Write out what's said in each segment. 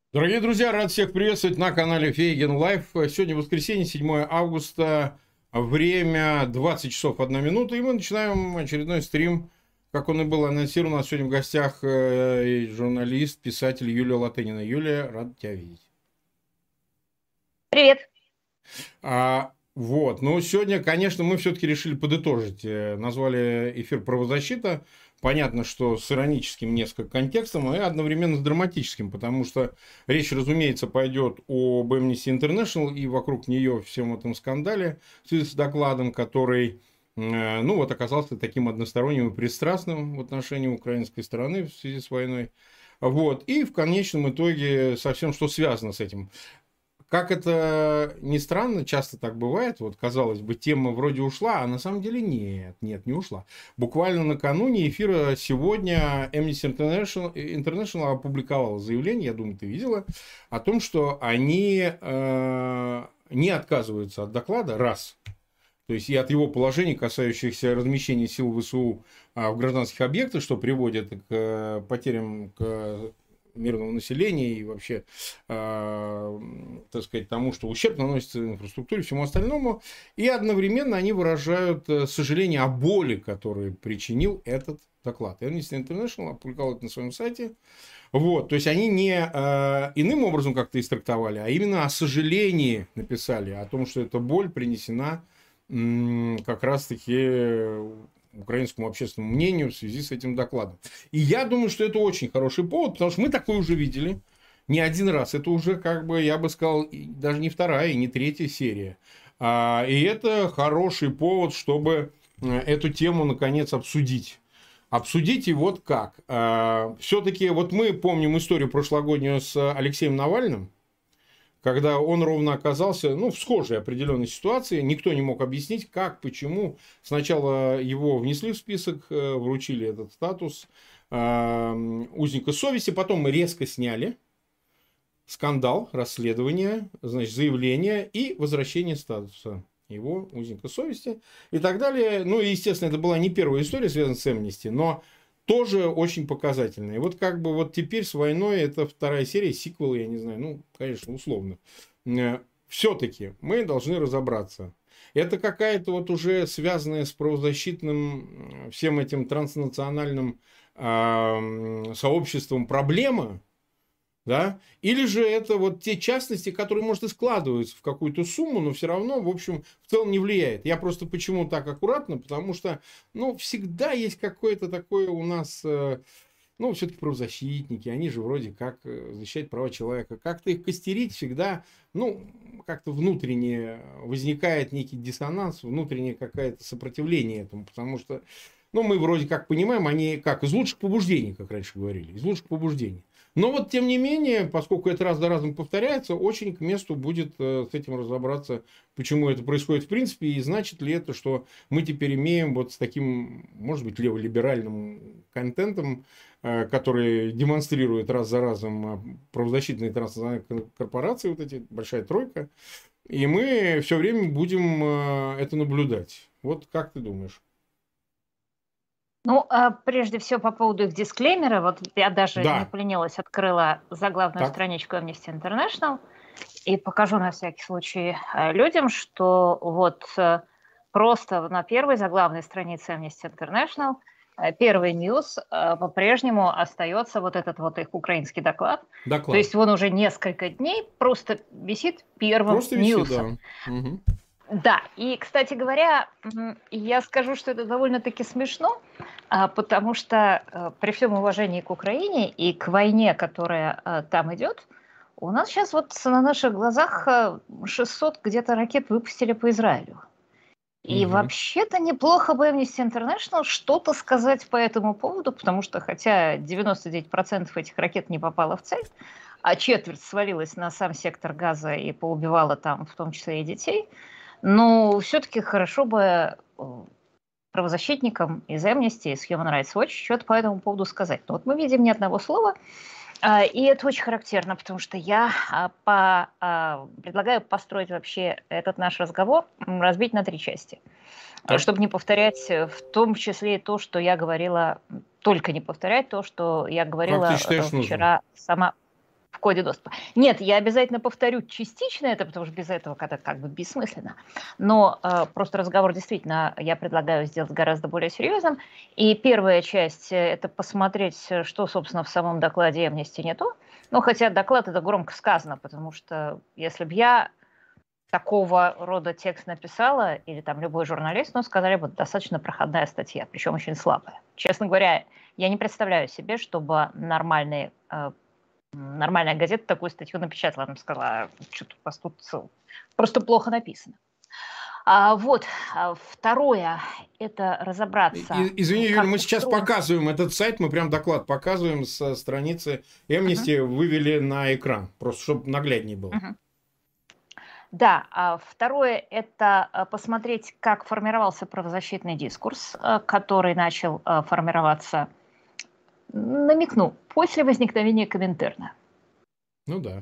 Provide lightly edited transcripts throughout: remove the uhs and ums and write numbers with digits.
Дорогие друзья, рад всех приветствовать на канале Фейген Лайф. Сегодня воскресенье, 7 августа, время 20 часов 1 минута, и мы начинаем очередной стрим. Как он и был анонсирован, у нас сегодня в гостях журналист, писатель Юлия Латынина. Юлия, рад тебя видеть. Привет. Ну, сегодня, конечно, мы все-таки решили подытожить. Назвали эфир «Правозащита». Понятно, что с ироническим несколько контекстом и одновременно с драматическим, потому что речь, разумеется, пойдет об Amnesty International и вокруг нее всем этом скандале в связи с докладом, который, оказался таким односторонним и пристрастным в отношении украинской стороны в связи с войной. И в конечном итоге со всем, что связано с этим. Как это ни странно, часто так бывает. Вот, казалось бы, тема вроде ушла, а на самом деле нет, не ушла. Буквально накануне эфира сегодня Amnesty International опубликовала заявление, я думаю, ты видела, о том, что они не отказываются от доклада, раз. То есть и от его положений, касающихся размещения сил ВСУ в гражданских объектах, что приводит к потерям мирного населения и вообще, тому, что ущерб наносится инфраструктуре и всему остальному. И одновременно они выражают сожаление о боли, которую причинил этот доклад. Amnesty International опубликовал это на своем сайте. То есть они не иным образом как-то истрактовали, а именно о сожалении написали, о том, что эта боль принесена как раз-таки украинскому общественному мнению в связи с этим докладом. И я думаю, что это очень хороший повод, потому что мы такое уже видели не один раз. Это уже, я бы сказал, даже не вторая и не третья серия. И это хороший повод, чтобы эту тему, наконец, обсудить. Обсудить и вот как. Все-таки вот мы помним историю прошлогоднюю с Алексеем Навальным, когда он ровно оказался в схожей определенной ситуации. Никто не мог объяснить, как, почему. Сначала его внесли в список, вручили этот статус узника совести, потом мы резко сняли. Скандал, расследование, заявление и возвращение статуса его узника совести и так далее. Ну, и, естественно, это была не первая история, связанная с Amnesty, но тоже очень показательная. И вот теперь с войной, это вторая серия, сиквел, я не знаю, конечно, условно. Все-таки мы должны разобраться. Это какая-то уже связанная с правозащитным всем этим транснациональным сообществом проблема, да? Или же это те частности, которые, может, и складываются в какую-то сумму, но все равно, в общем, в целом не влияет. Я просто почему так аккуратно, потому что, всегда есть какое-то такое у нас, все-таки правозащитники, они же вроде как защищают права человека. Как-то их костерить всегда, как-то внутренне возникает некий диссонанс, внутреннее какое-то сопротивление этому, потому что, мы вроде как понимаем, они как из лучших побуждений, как раньше говорили, из лучших побуждений. Но тем не менее, поскольку это раз за разом повторяется, очень к месту будет с этим разобраться, почему это происходит в принципе, и значит ли это, что мы теперь имеем с таким, может быть, леволиберальным контентом, который демонстрирует раз за разом правозащитные транснациональные корпорации, эти большая тройка, и мы все время будем это наблюдать. Как ты думаешь? Прежде всего, по поводу их дисклеймера, я даже не Да. поленилась, открыла заглавную Так. страничку Amnesty International и покажу на всякий случай людям, что просто на первой заглавной странице Amnesty International первый ньюс по-прежнему остается этот их украинский доклад. То Доклад. есть он уже несколько дней просто висит первым Просто висит, ньюсом. да. Угу. Да, и, кстати говоря, я скажу, что это довольно-таки смешно, потому что при всем уважении к Украине и к войне, которая там идет, у нас сейчас на наших глазах 600 где-то ракет выпустили по Израилю. И вообще-то неплохо бы Amnesty International что-то сказать по этому поводу, потому что хотя 99% этих ракет не попало в цель, а четверть свалилась на сам сектор Газа и поубивала там в том числе и детей, но все-таки хорошо бы правозащитникам из Amnesty, из Human Rights Watch что-то по этому поводу сказать. Но мы видим ни одного слова, и это очень характерно, потому что я предлагаю построить вообще этот наш разговор, разбить на 3 части, чтобы не повторять в том числе и то, что я говорила, только не повторять то, что я говорила Как ты считаешь, вчера нужно? сама в коде доступа. Нет, я обязательно повторю частично это, потому что без этого это как бы бессмысленно. Но просто разговор действительно я предлагаю сделать гораздо более серьезным. И первая часть – это посмотреть, что, собственно, в самом докладе Amnesty не то. Ну, хотя доклад – это громко сказано, потому что если бы я такого рода текст написала, или там любой журналист, ну, сказали бы, достаточно проходная статья, причем очень слабая. Честно говоря, я не представляю себе, чтобы нормальная газета такую статью напечатала. Она сказала, что-то у вас тут просто плохо написано. Второе – это разобраться. Извини, Юля, мы сейчас показываем этот сайт, мы прям доклад показываем со страницы Amnesty, вывели на экран, просто чтобы нагляднее было. Да, второе – это посмотреть, как формировался правозащитный дискурс, который начал формироваться, намекну, после возникновения Коминтерна. Ну да.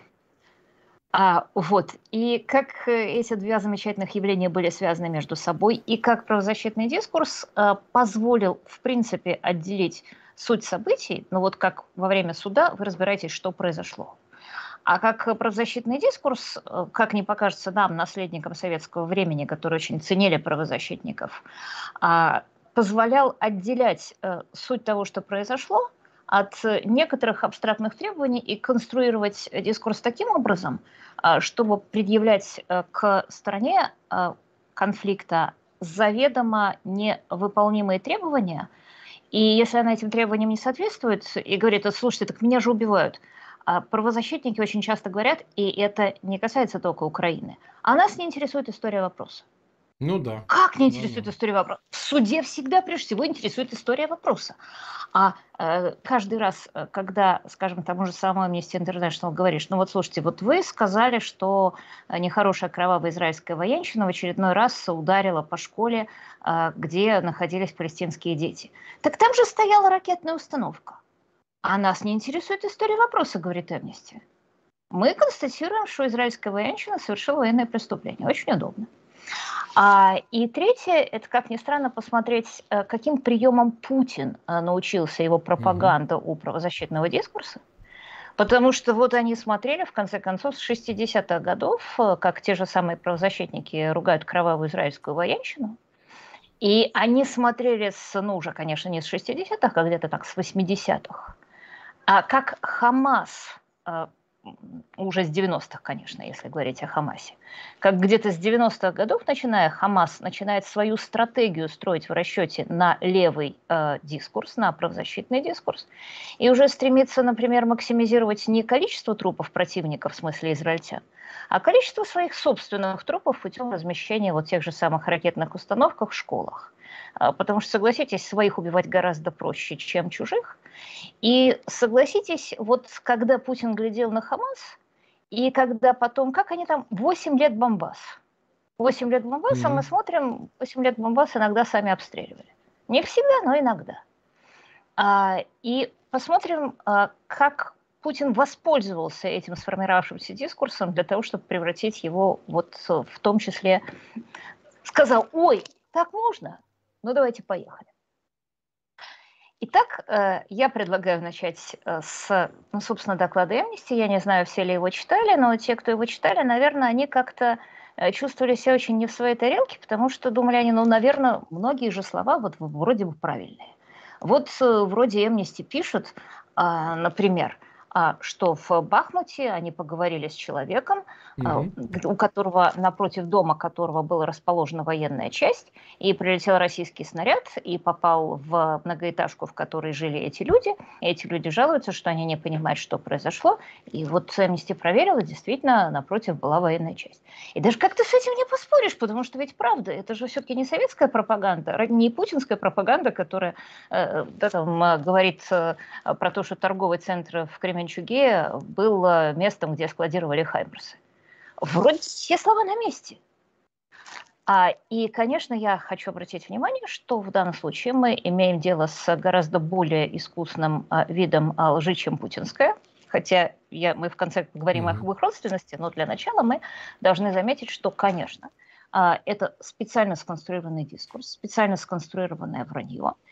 И как эти два замечательных явления были связаны между собой, и как правозащитный дискурс позволил, в принципе, отделить суть событий, ну вот как во время суда вы разбираетесь, что произошло. А как правозащитный дискурс, как не покажется нам, наследникам советского времени, которые очень ценили правозащитников, позволял отделять суть того, что произошло, от некоторых абстрактных требований и конструировать дискурс таким образом, чтобы предъявлять к стороне конфликта заведомо невыполнимые требования. И если она этим требованиям не соответствует и говорит, слушайте, так меня же убивают, правозащитники очень часто говорят, и это не касается только Украины, а нас не интересует история вопроса. Ну да. Как не интересует история вопроса? В суде всегда прежде всего интересует история вопроса. Каждый раз, когда, скажем, тому же самому Amnesty International говоришь, ну вот слушайте, вот вы сказали, что нехорошая кровавая израильская военщина в очередной раз ударила по школе, где находились палестинские дети. Так там же стояла ракетная установка. А нас не интересует история вопроса, говорит Amnesty. Мы констатируем, что израильская военщина совершила военное преступление. Очень удобно. И третье, это, как ни странно, посмотреть, каким приемом Путин научился его пропаганда у правозащитного дискурса. Потому что вот они смотрели, в конце концов, с 60-х годов, как те же самые правозащитники ругают кровавую израильскую военщину. И они смотрели уже, конечно, не с 60-х, а где-то так с 80-х. Как Хамас, уже с 90-х, конечно, если говорить о Хамасе, как где-то с 90-х годов, начиная, Хамас начинает свою стратегию строить в расчете на левый дискурс, на правозащитный дискурс, и уже стремится, например, максимизировать не количество трупов противников, в смысле израильтян, а количество своих собственных трупов путем размещения вот тех же самых ракетных установок в школах. Потому что, согласитесь, своих убивать гораздо проще, чем чужих. И согласитесь, вот когда Путин глядел на Хамас, и когда потом, как они там, 8 лет Бомбас. 8 лет Бомбаса, мы смотрим, 8 лет Бомбас иногда сами обстреливали. Не всегда, но иногда. И посмотрим, как Путин воспользовался этим сформировавшимся дискурсом для того, чтобы превратить его вот в том числе, сказал, ой, так можно? Ну, давайте поехали. Итак, я предлагаю начать с, собственно, доклада Amnesty. Я не знаю, все ли его читали, но те, кто его читали, наверное, они как-то чувствовали себя очень не в своей тарелке, потому что думали они, наверное, многие же слова вот вроде бы правильные. Вот вроде Amnesty пишет, например, что в Бахмуте они поговорили с человеком, у которого, напротив дома которого была расположена военная часть, и прилетел российский снаряд и попал в многоэтажку, в которой жили эти люди. И эти люди жалуются, что они не понимают, что произошло. И вот Amnesty проверила, действительно, напротив была военная часть. И даже как-то с этим не поспоришь, потому что ведь правда, это же все-таки не советская пропаганда, не путинская пропаганда, которая говорит про то, что торговый центр в Кременчуге был местом, где складировали хаймерсы. Вроде все слова на месте. И, конечно, я хочу обратить внимание, что в данном случае мы имеем дело с гораздо более искусным видом лжи, чем путинская. Хотя мы в конце говорим о их родственности, но для начала мы должны заметить, что, конечно, это специально сконструированный дискурс, специально сконструированное вранье.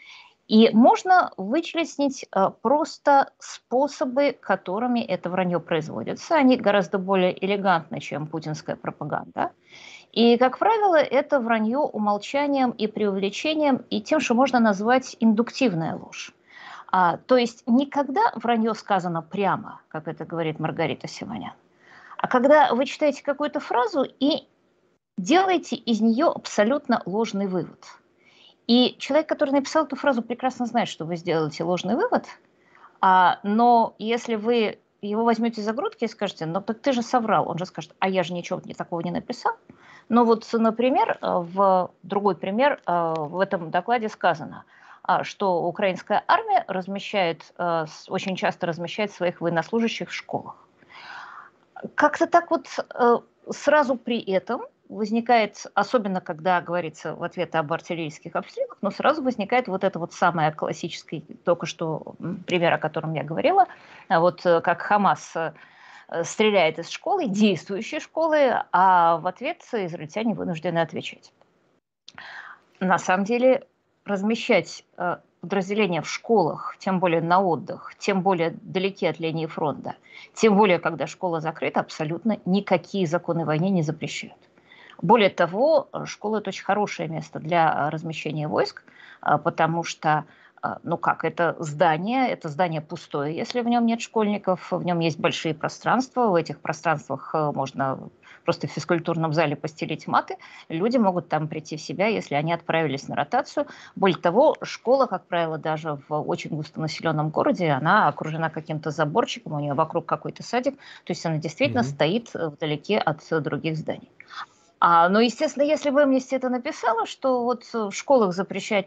И можно вычленить просто способы, которыми это вранье производится. Они гораздо более элегантны, чем путинская пропаганда. И, как правило, это вранье умолчанием и преувеличением, и тем, что можно назвать индуктивная ложь. То есть никогда вранье сказано прямо, как это говорит Маргарита Симонян, а когда вы читаете какую-то фразу и делаете из нее абсолютно ложный вывод. И человек, который написал эту фразу, прекрасно знает, что вы сделаете ложный вывод, но если вы его возьмете за грудки и скажете, ну так ты же соврал, он же скажет, а я же ничего такого не написал. Но вот, например, другой пример, в этом докладе сказано, что украинская армия очень часто размещает своих военнослужащих в школах. Как-то так вот сразу при этом возникает, особенно когда говорится в ответ об артиллерийских обстрелах, но сразу возникает вот это вот самое классическое, только что пример, о котором я говорила, вот как Хамас стреляет из школы, действующей школы, а в ответ израильтяне вынуждены отвечать. На самом деле размещать подразделения в школах, тем более на отдых, тем более далеки от линии фронта, тем более, когда школа закрыта, абсолютно никакие законы войны не запрещают. Более того, школа – это очень хорошее место для размещения войск, потому что, это здание пустое, если в нем нет школьников, в нем есть большие пространства, в этих пространствах можно просто в физкультурном зале постелить маты, люди могут там прийти в себя, если они отправились на ротацию. Более того, школа, как правило, даже в очень густонаселенном городе, она окружена каким-то заборчиком, у нее вокруг какой-то садик, то есть она действительно стоит вдалеке от других зданий. Но, естественно, если бы Amnesty это написала, что вот в школах размещать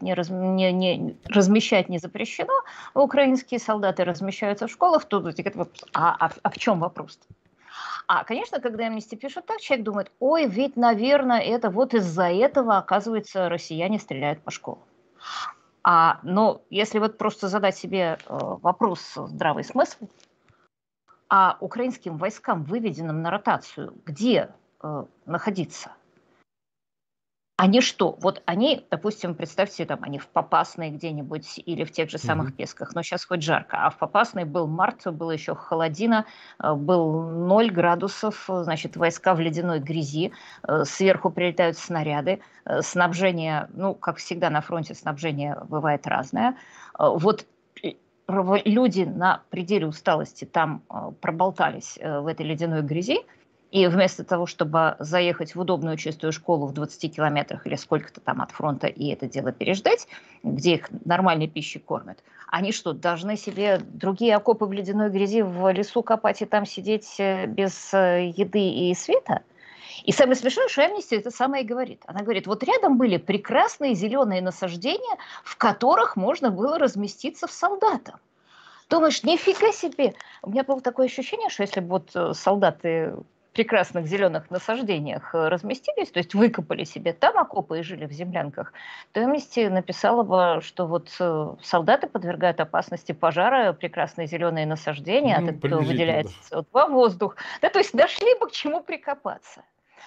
не запрещено, украинские солдаты размещаются в школах, то в чем вопрос? Конечно, когда Amnesty пишут так, человек думает, ой, ведь, наверное, это вот из-за этого, оказывается, россияне стреляют по школам. Но если вот просто задать себе вопрос, здравый смысл, украинским войскам, выведенным на ротацию, где находиться? Они что? Вот они, допустим, представьте, там они в Попасной где-нибудь или в тех же самых Песках, но сейчас хоть жарко, а в Попасной был март, было еще холодина, был 0 градусов, значит, войска в ледяной грязи, сверху прилетают снаряды, снабжение, как всегда на фронте снабжение бывает разное. Вот люди на пределе усталости там проболтались в этой ледяной грязи, и вместо того, чтобы заехать в удобную чистую школу в 20 километрах или сколько-то там от фронта и это дело переждать, где их нормальной пищей кормят, они что, должны себе другие окопы в ледяной грязи в лесу копать и там сидеть без еды и света? И самое смешное, что Amnesty это самое и говорит. Она говорит, вот рядом были прекрасные зеленые насаждения, в которых можно было разместиться в солдатам. Думаешь, нифига себе. У меня было такое ощущение, что если бы вот солдаты прекрасных зеленых насаждениях разместились, то есть выкопали себе там окопы и жили в землянках, то Amnesty написала бы, что вот солдаты подвергают опасности пожара, прекрасные зеленые насаждения, от этого выделяется СО2 воздух. Да, то есть нашли бы к чему прикопаться.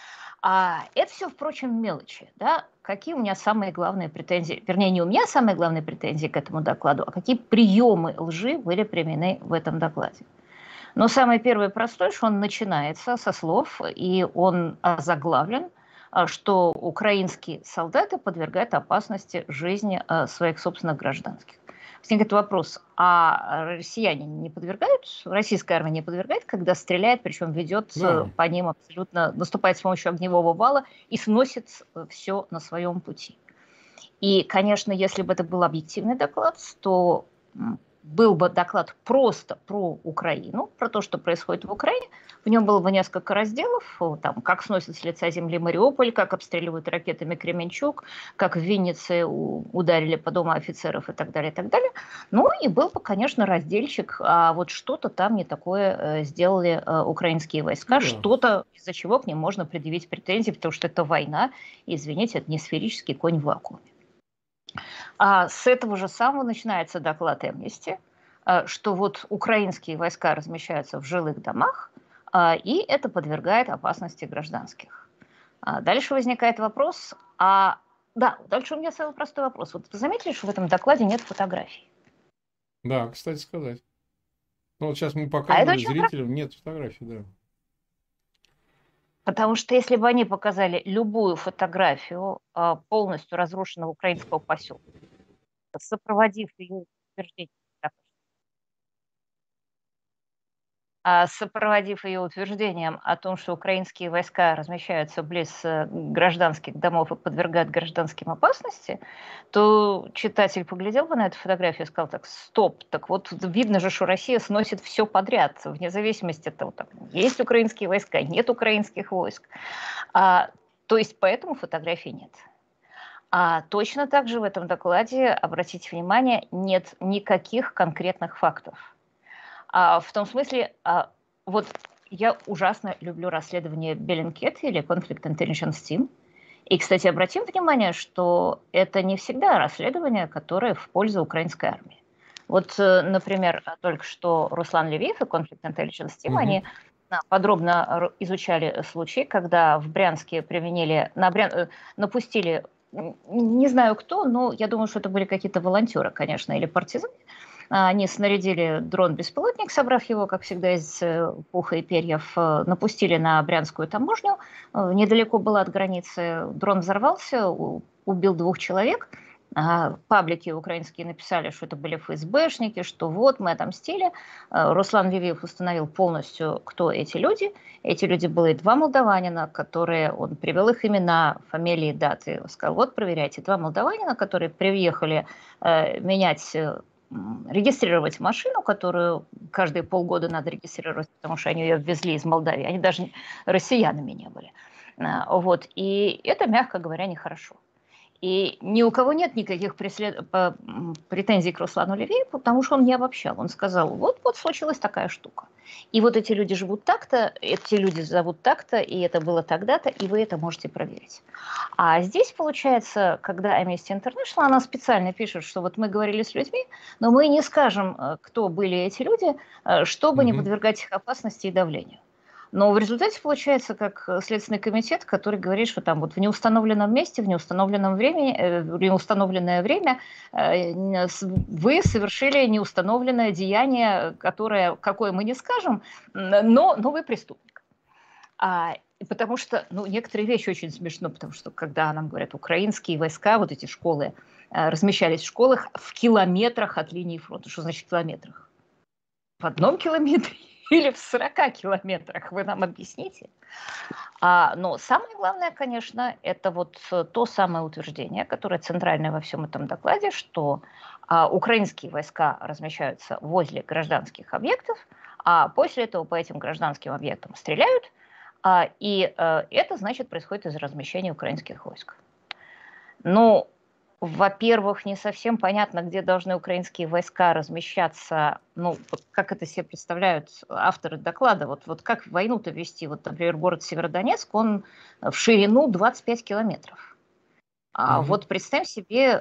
Это все, впрочем, мелочи. Да? Какие у меня самые главные претензии, вернее, не у меня самые главные претензии к этому докладу, а какие приемы лжи были применены в этом докладе. Но самый первый простой, что он начинается со слов, и он озаглавлен, что украинские солдаты подвергают опасности жизни своих собственных гражданских. Возникает вопрос, а россияне не подвергают, российская армия не подвергает, когда стреляет, причем ведет по ним абсолютно, наступает с помощью огневого вала и сносит все на своем пути. И, конечно, если бы это был объективный доклад, то был бы доклад просто про Украину, про то, что происходит в Украине. В нем было бы несколько разделов, там, как сносят с лица земли Мариуполь, как обстреливают ракетами Кременчуг, как в Виннице ударили по дому офицеров и так далее, и так далее. И был бы, конечно, разделчик, а вот что-то там не такое сделали украинские войска, что-то, из-за чего к ним можно предъявить претензии, потому что это война, и, извините, это не сферический конь в вакууме. С этого же самого начинается доклад Amnesty, что вот украинские войска размещаются в жилых домах, и это подвергает опасности гражданских. Дальше возникает вопрос, Да, дальше у меня самый простой вопрос. Вот вы заметили, что в этом докладе нет фотографий? Да, кстати сказать. Ну, вот сейчас мы А это показывали очень хорошо, зрителям, нет фотографий, да. потому что если бы они показали любую фотографию полностью разрушенного украинского поселка, сопроводив ее утверждением, сопроводив ее утверждением о том, что украинские войска размещаются близ гражданских домов и подвергают гражданским опасности, то читатель поглядел бы на эту фотографию и сказал так: стоп, так вот видно же, что Россия сносит все подряд, вне зависимости от того, там, есть украинские войска, нет украинских войск. То есть поэтому фотографий нет. А точно так же в этом докладе, обратите внимание, нет никаких конкретных фактов. В том смысле, вот я ужасно люблю расследование Bellingcat или Conflict Intelligence Team. И, кстати, обратим внимание, что это не всегда расследование, которое в пользу украинской армии. Вот, например, только что Руслан Левиев и Conflict Intelligence Team, Мгм. они подробно изучали случаи, когда в Брянске напустили, не знаю кто, но я думаю, что это были какие-то волонтеры, конечно, или партизаны. Они снарядили дрон-беспилотник, собрав его, как всегда, из пуха и перьев, напустили на Брянскую таможню. Недалеко было от границы. Дрон взорвался, убил 2 человек. Паблики украинские написали, что это были ФСБшники, что вот мы отомстили. Руслан Левиев установил полностью, кто эти люди. Эти люди были 2 молдаванина, которые, он привел их имена, фамилии, даты. Сказал: вот проверяйте, 2 молдаванина, которые приехали регистрировать машину, которую каждые полгода надо регистрировать, потому что они ее ввезли из Молдавии. Они даже россиянами не были. Вот. И это, мягко говоря, нехорошо. И ни у кого нет никаких претензий к Руслану Левиеву, потому что он не обобщал. Он сказал: вот случилась такая штука. И вот эти люди живут так-то, эти люди зовут так-то, и это было тогда-то, и вы это можете проверить. А здесь, получается, когда Amnesty International, она специально пишет, что вот мы говорили с людьми, но мы не скажем, кто были эти люди, чтобы не Мгм. подвергать их опасности и давлению. Но в результате получается как Следственный комитет, который говорит, что там вот в неустановленном месте, в неустановленном времени, в неустановленное время вы совершили неустановленное деяние, какое мы не скажем, но вы преступник. Потому что, некоторые вещи очень смешно, потому что когда нам говорят, украинские войска, вот эти школы, размещались в школах в километрах от линии фронта. Что значит в километрах? В 1 километре или в 40 километрах? Вы нам объясните. Но самое главное, конечно, это вот то самое утверждение, которое центральное во всем этом докладе, что украинские войска размещаются возле гражданских объектов, а после этого по этим гражданским объектам стреляют, и это, значит, происходит из-за размещения украинских войск. Ну, во-первых, не совсем понятно, где должны украинские войска размещаться, вот как это себе представляют авторы доклада, вот как войну-то вести, вот, например, город Северодонецк, он в ширину 25 километров. Мгм. Вот представим себе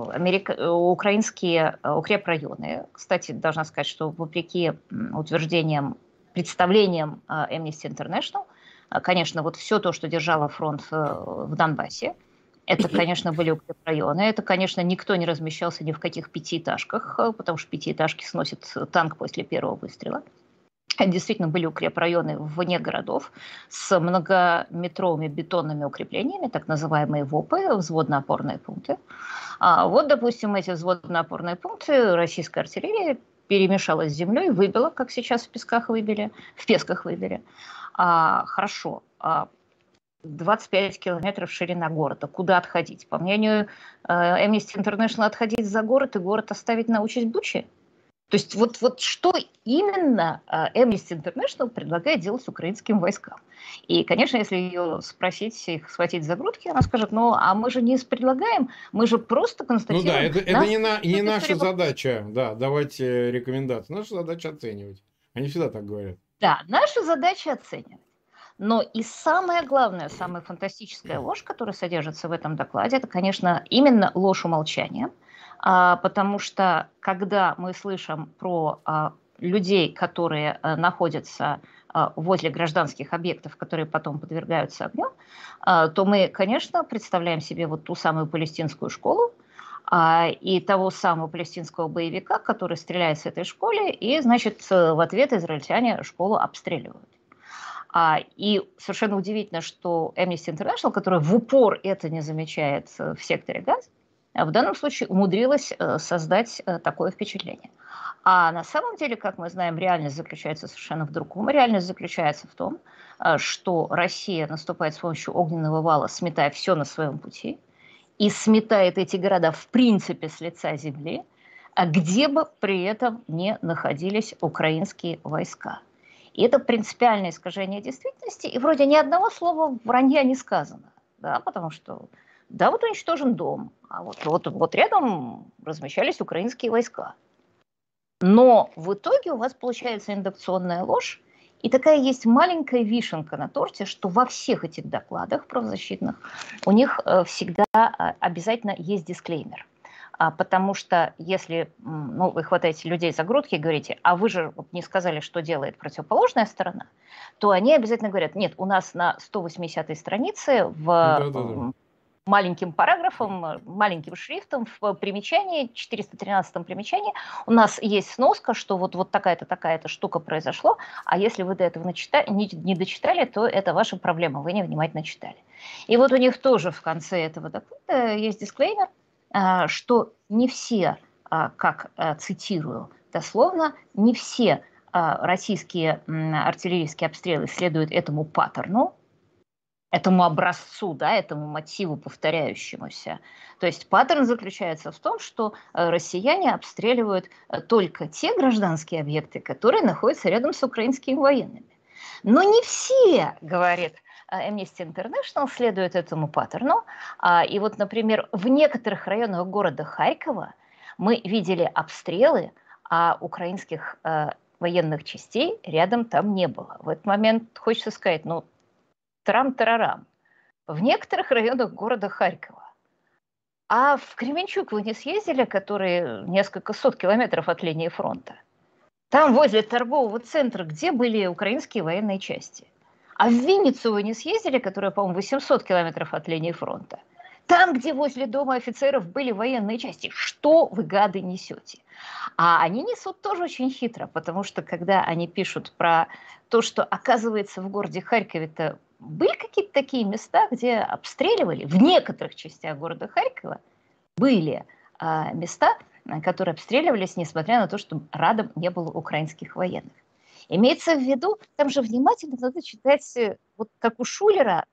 украинские укрепрайоны. Кстати, должна сказать, что вопреки утверждениям, представлениям Amnesty International, конечно, вот все то, что держало фронт в Донбассе, это, конечно, были укрепрайоны. Это, конечно, никто не размещался ни в каких пятиэтажках, потому что пятиэтажки сносит танк после первого выстрела. Это действительно были укрепрайоны вне городов с многометровыми бетонными укреплениями, так называемые ВОПы, взводно-опорные пункты. Вот, допустим, эти взводно-опорные пункты российская артиллерия перемешала с землей, выбила, как сейчас в песках выбили. Хорошо. 25 километров ширина города. Куда отходить? По мнению Amnesty International, отходить за город и город оставить на участь Бучи? То есть вот что именно Amnesty International предлагает делать украинским войскам? И, конечно, если ее спросить, их схватить за грудки, она скажет: а мы же не предлагаем, мы же просто Ну да, констатируем, это нас не интересует наша история. задача, да, давать рекомендации. Наша задача оценивать. Они всегда так говорят. Да, наша задача оценивать. Но и самое главное, самая фантастическая ложь, которая содержится в этом докладе, это, конечно, именно ложь умолчания. Потому что когда мы слышим про людей, которые находятся возле гражданских объектов, которые потом подвергаются огню, то мы, конечно, представляем себе вот ту самую палестинскую школу и того самого палестинского боевика, который стреляет с этой школы, и, значит, в ответ израильтяне школу обстреливают. И совершенно удивительно, что Amnesty International, которая в упор это не замечает в секторе Газа, в данном случае умудрилась создать такое впечатление. А на самом деле, как мы знаем, реальность заключается совершенно в другом. Реальность заключается в том, что Россия наступает с помощью огненного вала, сметая все на своем пути, и сметает эти города в принципе с лица земли, где бы при этом не находились украинские войска. И это принципиальное искажение действительности, и вроде ни одного слова вранья не сказано, да, потому что, да, вот уничтожен дом, а вот рядом размещались украинские войска. Но в итоге у вас получается индукционная ложь, и такая есть маленькая вишенка на торте, что во всех этих докладах правозащитных у них всегда обязательно есть дисклеймер. Потому что если вы хватаете людей за грудки и говорите, а вы же не сказали, что делает противоположная сторона, то они обязательно говорят, нет, у нас на 180-й странице маленьким параграфом, маленьким шрифтом в примечании, 413-м примечании, у нас есть сноска, что вот такая-то, такая-то штука произошло, а если вы до этого не дочитали, то это ваша проблема, вы невнимательно читали. И вот у них тоже в конце этого доклада есть дисклеймер, что не все, как цитирую дословно, не все российские артиллерийские обстрелы следуют этому паттерну, этому образцу, да, этому мотиву повторяющемуся. То есть паттерн заключается в том, что россияне обстреливают только те гражданские объекты, которые находятся рядом с украинскими военными. Но не все, говорит Amnesty International, следуют этому паттерну. И вот, например, в некоторых районах города Харькова мы видели обстрелы, а украинских военных частей рядом там не было. В этот момент хочется сказать, трам-тарарам. В некоторых районах города Харькова. А в Кременчуг вы не съездили, который несколько сот километров от линии фронта? Там, возле торгового центра, где были украинские военные части. А в Винницу вы не съездили, которая, по-моему, 800 километров от линии фронта? Там, где возле дома офицеров были военные части. Что вы, гады, несете? А они несут тоже очень хитро, потому что, когда они пишут про то, что, оказывается, в городе Харькове-то были какие-то такие места, где обстреливали, в некоторых частях города Харькова были места, которые обстреливались, несмотря на то, что рядом не было украинских военных. Имеется в виду, там же внимательно надо читать, вот как у Шулера,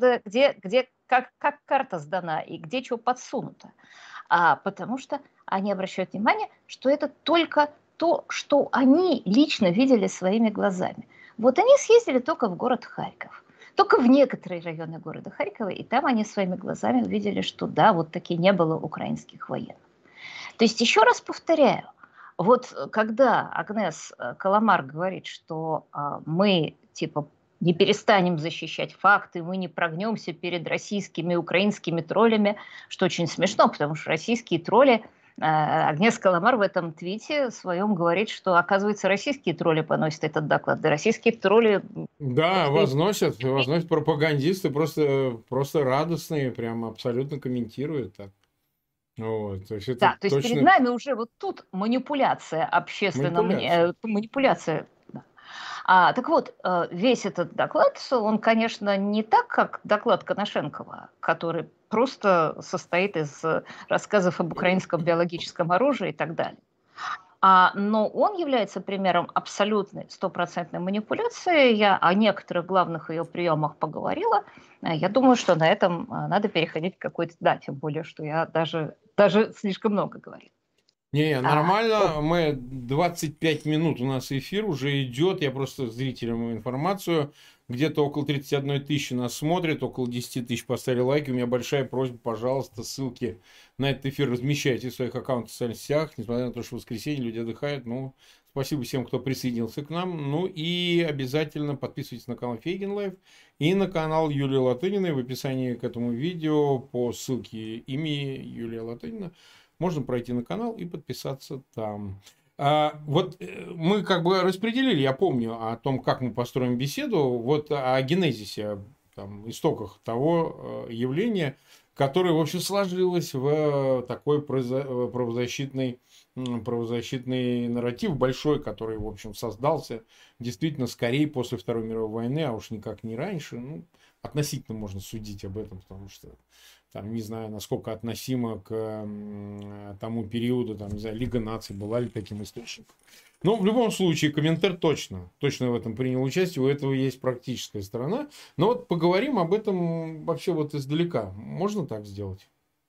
как карта сдана и где что подсунуто. Потому что они обращают внимание, что это только то, что они лично видели своими глазами. Вот они съездили только в город Харьков. Только в некоторые районы города Харькова, и там они своими глазами увидели, что да, вот таки не было украинских военных. То есть, еще раз повторяю, вот когда Агнес Каламар говорит, что мы типа не перестанем защищать факты, мы не прогнемся перед российскими и украинскими троллями, что очень смешно, потому что российские тролли, Агнес Каламар в этом твите своем говорит, что, оказывается, российские тролли поносят этот доклад. Да, российские тролли... Да, возносят пропагандисты, просто радостные, прям абсолютно комментируют так. Вот, то есть это да, то есть перед нами уже вот тут манипуляция общественная, манипуляция. Да. Так вот, весь этот доклад, он, конечно, не так, как доклад Коношенкова, который просто состоит из рассказов об украинском биологическом оружии и так далее. Но он является примером абсолютной стопроцентной манипуляции. Я о некоторых главных ее приемах поговорила. Я думаю, что на этом надо переходить к какой-то... Да, тем более, что я даже слишком много говорю. Не, нормально. Мы 25 минут у нас эфир уже идет. Я просто зрителям информацию. Где-то около 31 тысячи нас смотрит, около 10 тысяч поставили лайки. У меня большая просьба, пожалуйста, ссылки на этот эфир размещайте в своих аккаунтах в социальных сетях. Несмотря на то, что в воскресенье люди отдыхают. Спасибо всем, кто присоединился к нам. И обязательно подписывайтесь на канал Фейгин Лайф и на канал Юлии Латыниной. В описании к этому видео по ссылке имени Юлия Латынина можно пройти на канал и подписаться там. Вот мы как бы распределили, я помню о том, как мы построим беседу, вот о генезисе, там, истоках того явления, которое, в общем, сложилось в такой правозащитный нарратив большой, который, в общем, создался действительно скорее после Второй мировой войны, а уж никак не раньше. Ну, относительно можно судить об этом, потому что там, не знаю, насколько относимо к тому периоду, там, не знаю, Лига наций была ли таким источником. Но в любом случае, Коминтерн точно в этом принял участие, у этого есть практическая сторона. Но вот поговорим об этом вообще вот издалека. Можно так сделать?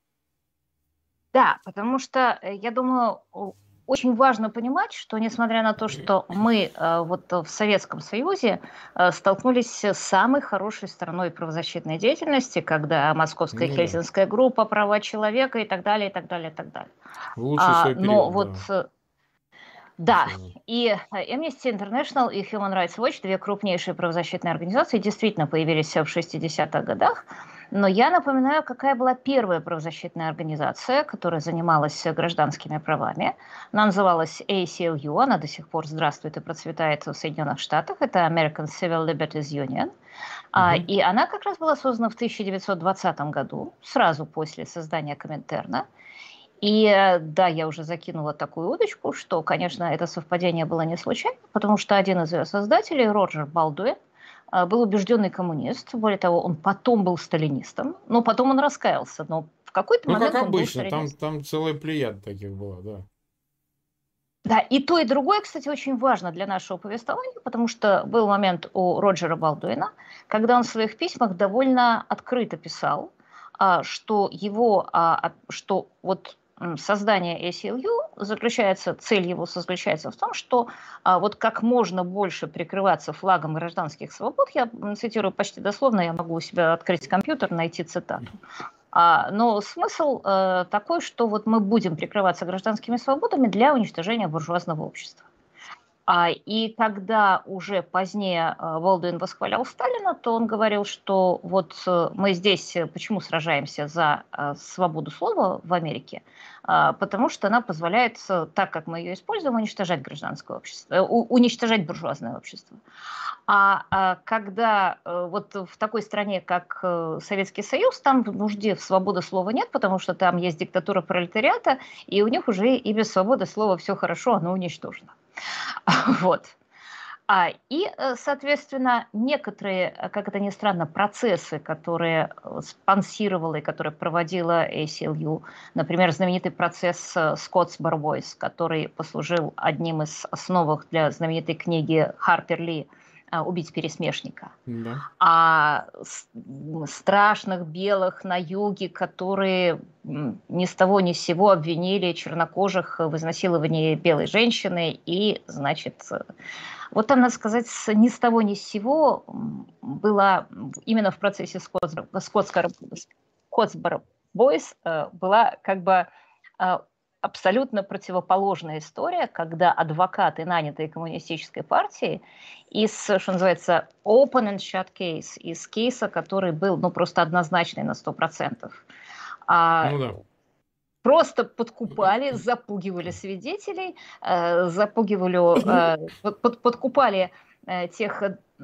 Да, потому что, я думаю, очень важно понимать, что несмотря на то, что мы вот в Советском Союзе столкнулись с самой хорошей стороной правозащитной деятельности, когда Московская Ну да. Хельсинская группа, права человека и так далее, и так далее, и так далее. Лучший свой Но период, вот да. да, и Amnesty International и Human Rights Watch, две крупнейшие правозащитные организации, действительно появились в 60-х годах. Но я напоминаю, какая была первая правозащитная организация, которая занималась гражданскими правами. Она называлась ACLU, она до сих пор здравствует и процветает в Соединенных Штатах. Это American Civil Liberties Union. И она как раз была создана в 1920 году, сразу после создания Коминтерна. И да, я уже закинула такую удочку, что, конечно, это совпадение было не случайно, потому что один из ее создателей, Роджер Балдуин, был убежденный коммунист. Более того, он потом был сталинистом, но потом он раскаялся. Но в какой-то Ну, как момент он был обычно, сталинистом. там целая плеяда таких была, да. Да, и то, и другое, кстати, очень важно для нашего повествования, потому что был момент у Роджера Балдуина, когда он в своих письмах довольно открыто писал, что что вот создание ACLU цель его заключается в том, что вот как можно больше прикрываться флагом гражданских свобод, я цитирую почти дословно, я могу у себя открыть компьютер, найти цитату. Но смысл такой, что вот мы будем прикрываться гражданскими свободами для уничтожения буржуазного общества. И когда уже позднее Болдуин восхвалял Сталина, то он говорил, что вот мы здесь почему сражаемся за свободу слова в Америке? Потому что она позволяет, так как мы ее используем, уничтожать гражданское общество, уничтожать буржуазное общество. Когда вот в такой стране, как Советский Союз, там нужде в свободе слова нет, потому что там есть диктатура пролетариата, и у них уже и без свободы слова все хорошо, оно уничтожено. Вот. Соответственно, некоторые, как это ни странно, процессы, которые спонсировала и которые проводила ACLU, например, знаменитый процесс Scottsboro Boys, который послужил одним из основок для знаменитой книги Харпер Ли «Убить пересмешника». Да. Страшных белых на юге, которые ни с того ни с сего обвинили чернокожих в изнасиловании белой женщины. И, значит, вот там, надо сказать, ни с того ни с сего была именно в процессе Scottsboro Boys была как бы абсолютно противоположная история, когда адвокаты, нанятые коммунистической партией, что называется, open and shut case, из кейса, который был просто однозначный на 100%. Ну да. Просто подкупали, запугивали свидетелей, подкупали тех...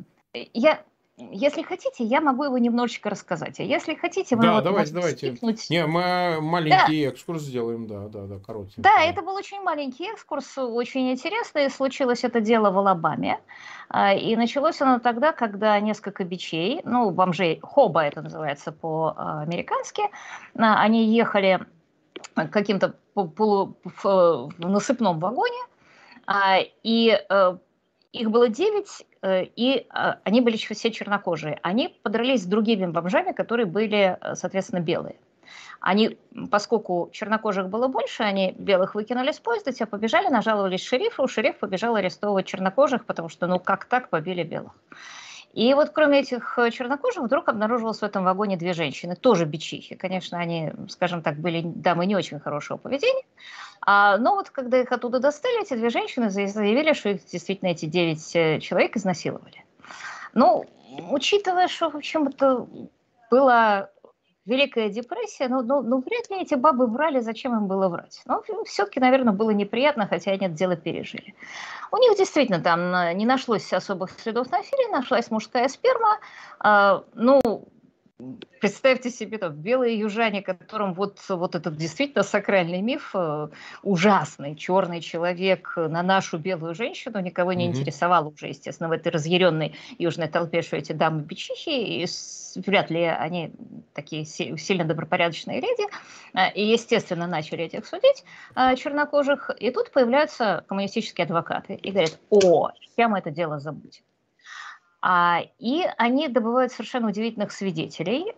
Если хотите, я могу его немножечко рассказать. А если хотите, мы Да, можем давайте. скипнуть. Не, мы маленький экскурс сделаем, да, коротенький. Да, это был очень маленький экскурс, очень интересный. Случилось это дело в Алабаме. И началось оно тогда, когда несколько бичей, бомжей, хоба это называется по-американски, они ехали каким-то в насыпном вагоне, и их было 9, и они были все чернокожие. Они подрались с другими бомжами, которые были, соответственно, белые. Поскольку чернокожих было больше, они белых выкинули с поезда, те побежали, нажаловались шерифу, шериф побежал арестовывать чернокожих, потому что, как так, побили белых. И вот кроме этих чернокожих вдруг обнаружилось в этом вагоне 2 женщины, тоже бичихи. Конечно, они, скажем так, были дамы не очень хорошего поведения. Но вот когда их оттуда достали, эти 2 женщины заявили, что их действительно эти 9 человек изнасиловали. Учитывая, что, в общем, это было Великая депрессия, ну, вряд ли эти бабы врали, зачем им было врать. Но все-таки, наверное, было неприятно, хотя они это дело пережили. У них действительно там не нашлось особых следов насилия, нашлась мужская сперма. Ну, представьте себе, там, белые южане, которым вот этот действительно сакральный миф, ужасный черный человек на нашу белую женщину, никого не Мгм. интересовало уже, естественно, в этой разъяренной южной толпе, что эти дамы-бичихи, и вряд ли они такие сильно добропорядочные леди, и, естественно, начали этих судить, чернокожих, и тут появляются коммунистические адвокаты и говорят: о, чем это дело забудем. И они добывают совершенно удивительных свидетелей.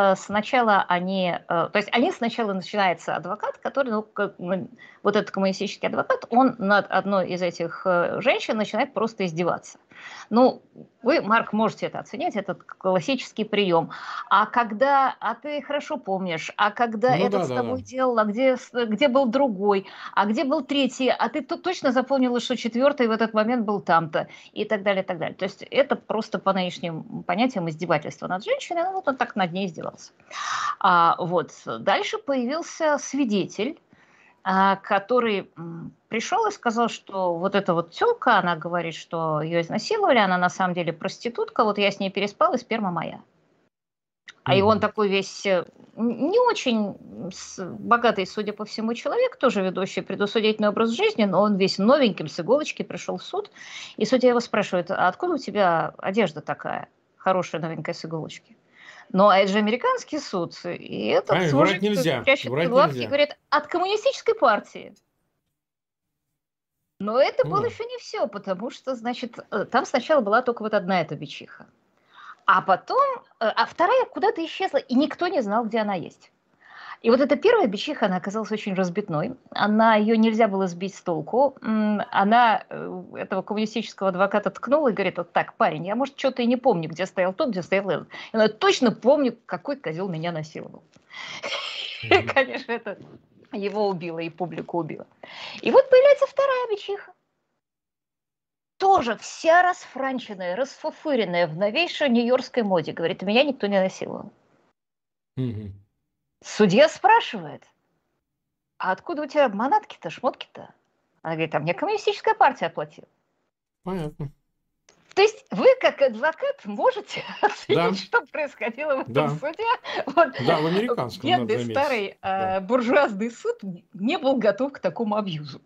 То есть они сначала начинается адвокат, который, вот этот коммунистический адвокат, он над одной из этих женщин начинает просто издеваться. Ну, вы, Марк, можете это оценить, это классический прием. А ты хорошо помнишь, а когда Ну этот да, с да, тобой да. делал, где был другой, а где был третий, а ты точно запомнила, что четвертый в этот момент был там-то, и так далее, и так далее. То есть это просто по нынешним понятиям издевательство над женщиной, ну вот он так над ней издевался. Вот. Дальше появился свидетель, который пришел и сказал, что вот эта вот тёлка, она говорит, что ее изнасиловали, она на самом деле проститутка, вот я с ней переспал, и сперма моя. И он Мгм. такой весь не очень богатый, судя по всему, человек, тоже ведущий предусудительный образ жизни, но он весь новеньким, с иголочки пришел в суд. И судья его спрашивает: а откуда у тебя одежда такая хорошая, новенькая, с иголочки? Но это же американский суд. И этот Врать мужик нельзя. прячет Врать лапки и нельзя. говорит: от коммунистической партии. Но это было Ну, еще не все, потому что, значит, там сначала была только вот одна эта бичиха. А потом, вторая куда-то исчезла, и никто не знал, где она есть. И вот эта первая бичиха, она оказалась очень разбитной. Ее нельзя было сбить с толку. Она этого коммунистического адвоката ткнула и говорит: вот так, парень, я, может, что-то и не помню, где стоял тот, где стоял этот. И она: точно помню, какой козел меня насиловал. И, мгм. конечно, это его убило и публику убило. И вот появляется вторая бичиха. Тоже вся расфранченная, расфуфыренная, в новейшей нью-йоркской моде. Говорит: меня никто не насиловал. Мгм. Судья спрашивает: а откуда у тебя манатки-то, шмотки-то? Она говорит: а мне коммунистическая партия оплатила. Понятно. То есть вы, как адвокат, можете Да, оценить, что происходило в этом да. суде. Вот. Да, в американском, надо Бедный заметить. старый Да. буржуазный суд не был готов к такому абьюзу.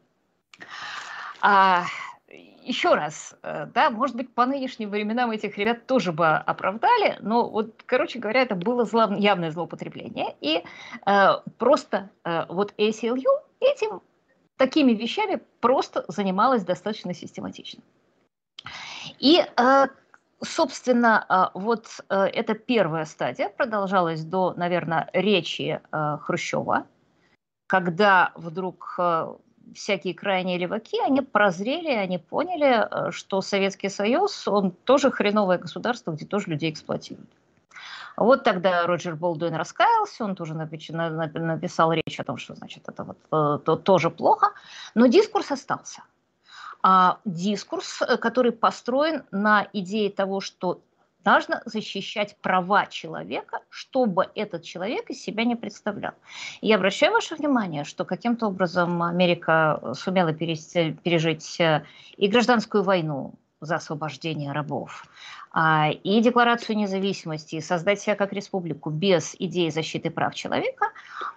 А, Еще раз, да, может быть, по нынешним временам этих ребят тоже бы оправдали, но вот, короче говоря, это было явное злоупотребление. И просто вот ACLU такими вещами просто занималась достаточно систематично. И, собственно, вот эта первая стадия продолжалась до, наверное, речи Хрущева, когда вдруг всякие крайние леваки, они прозрели, они поняли, что Советский Союз, он тоже хреновое государство, где тоже людей эксплуатируют. Вот тогда Роджер Болдуин раскаялся, он тоже написал речь о том, что, значит, это вот тоже плохо, но дискурс остался. Дискурс, который построен на идее того, что нужно защищать права человека, чтобы этот человек из себя не представлял. И я обращаю ваше внимание, что каким-то образом Америка сумела пережить и гражданскую войну за освобождение рабов, и Декларацию независимости, и создать себя как республику без идеи защиты прав человека,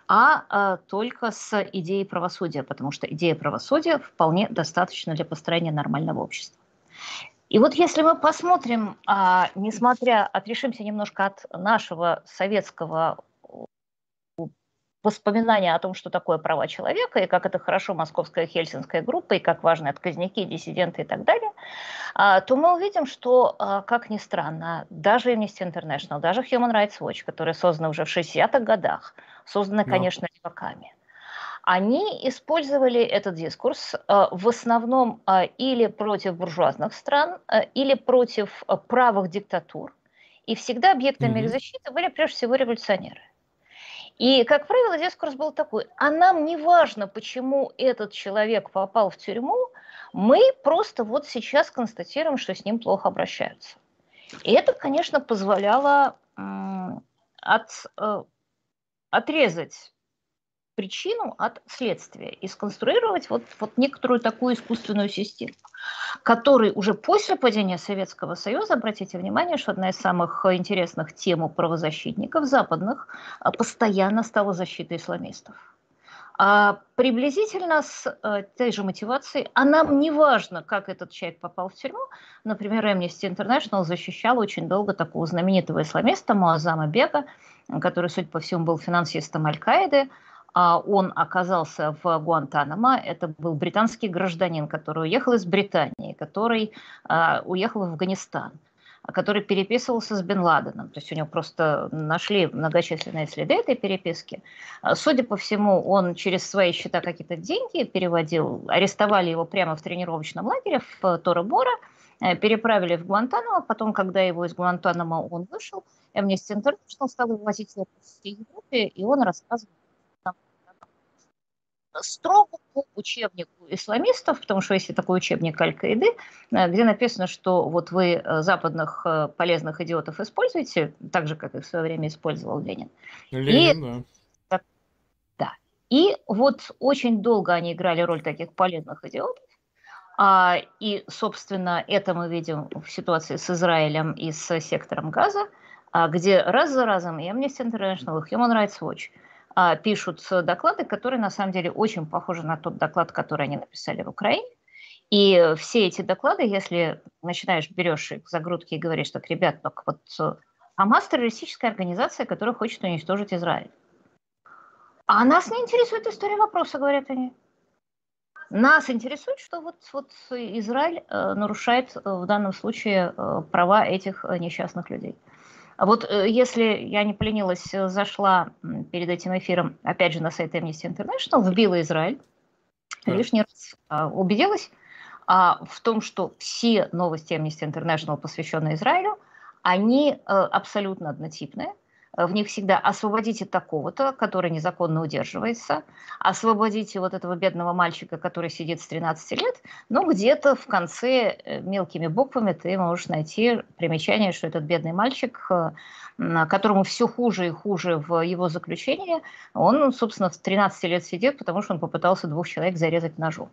только с идеей правосудия, потому что идея правосудия вполне достаточна для построения нормального общества. И вот если мы посмотрим, отрешимся немножко от нашего советского воспоминания о том, что такое права человека, и как это хорошо московская хельсинская группа, и как важны отказники, диссиденты и так далее, то мы увидим, что, как ни странно, даже Amnesty International, даже Human Rights Watch, которые созданы уже в 60-х годах, созданы, Да. конечно, леваками, они использовали этот дискурс в основном или против буржуазных стран, или против правых диктатур. И всегда объектами их Мгм. защиты были прежде всего революционеры. И, как правило, дискурс был такой: а нам не важно, почему этот человек попал в тюрьму, мы просто вот сейчас констатируем, что с ним плохо обращаются. И это, конечно, позволяло отрезать причину от следствия и сконструировать вот некоторую такую искусственную систему, которой уже после падения Советского Союза, обратите внимание, что одна из самых интересных тем у правозащитников западных постоянно стала защита исламистов. Приблизительно с той же мотивацией, а нам не важно, как этот человек попал в тюрьму. Например, Amnesty International защищал очень долго такого знаменитого исламиста Муаззама Бега, который, судя по всему, был финансистом Аль-Каиды. Он оказался в Гуантанамо. Это был британский гражданин, который уехал из Британии, который уехал в Афганистан, который переписывался с Бен Ладеном. То есть у него просто нашли многочисленные следы этой переписки. Судя по всему, он через свои счета какие-то деньги переводил. Арестовали его прямо в тренировочном лагере в Тора-Бора, переправили в Гуантанамо. Потом, когда его из Гуантанамо он вышел, Amnesty International стал вывозить его по всей Европе, и он рассказывал строго по учебнику исламистов, потому что есть такой учебник Аль-Каиды, где написано, что вот вы западных полезных идиотов используете, так же, как их в свое время использовал Ленин. Ленин, да. Да. И вот очень долго они играли роль таких полезных идиотов. И, собственно, это мы видим в ситуации с Израилем и с сектором Газа, где раз за разом и Amnesty International, и Human Rights Watch пишут доклады, которые на самом деле очень похожи на тот доклад, который они написали в Украине. И все эти доклады, если берешь их за грудки и говоришь, что, ребят, только вот Хамас террористическая организация, которая хочет уничтожить Израиль. А нас не интересует история вопроса, говорят они. Нас интересует, что вот Израиль нарушает в данном случае права этих несчастных людей. Вот если я не поленилась, зашла перед этим эфиром, опять же, на сайт Amnesty International, вбила Израиль, лишний раз убедилась в том, что все новости Amnesty International, посвященные Израилю, они абсолютно однотипные. В них всегда освободите такого-то, который незаконно удерживается, освободите вот этого бедного мальчика, который сидит с 13 лет, но где-то в конце мелкими буквами ты можешь найти примечание, что этот бедный мальчик, которому все хуже и хуже в его заключении, он, собственно, в 13 лет сидит, потому что он попытался 2 человек зарезать ножом.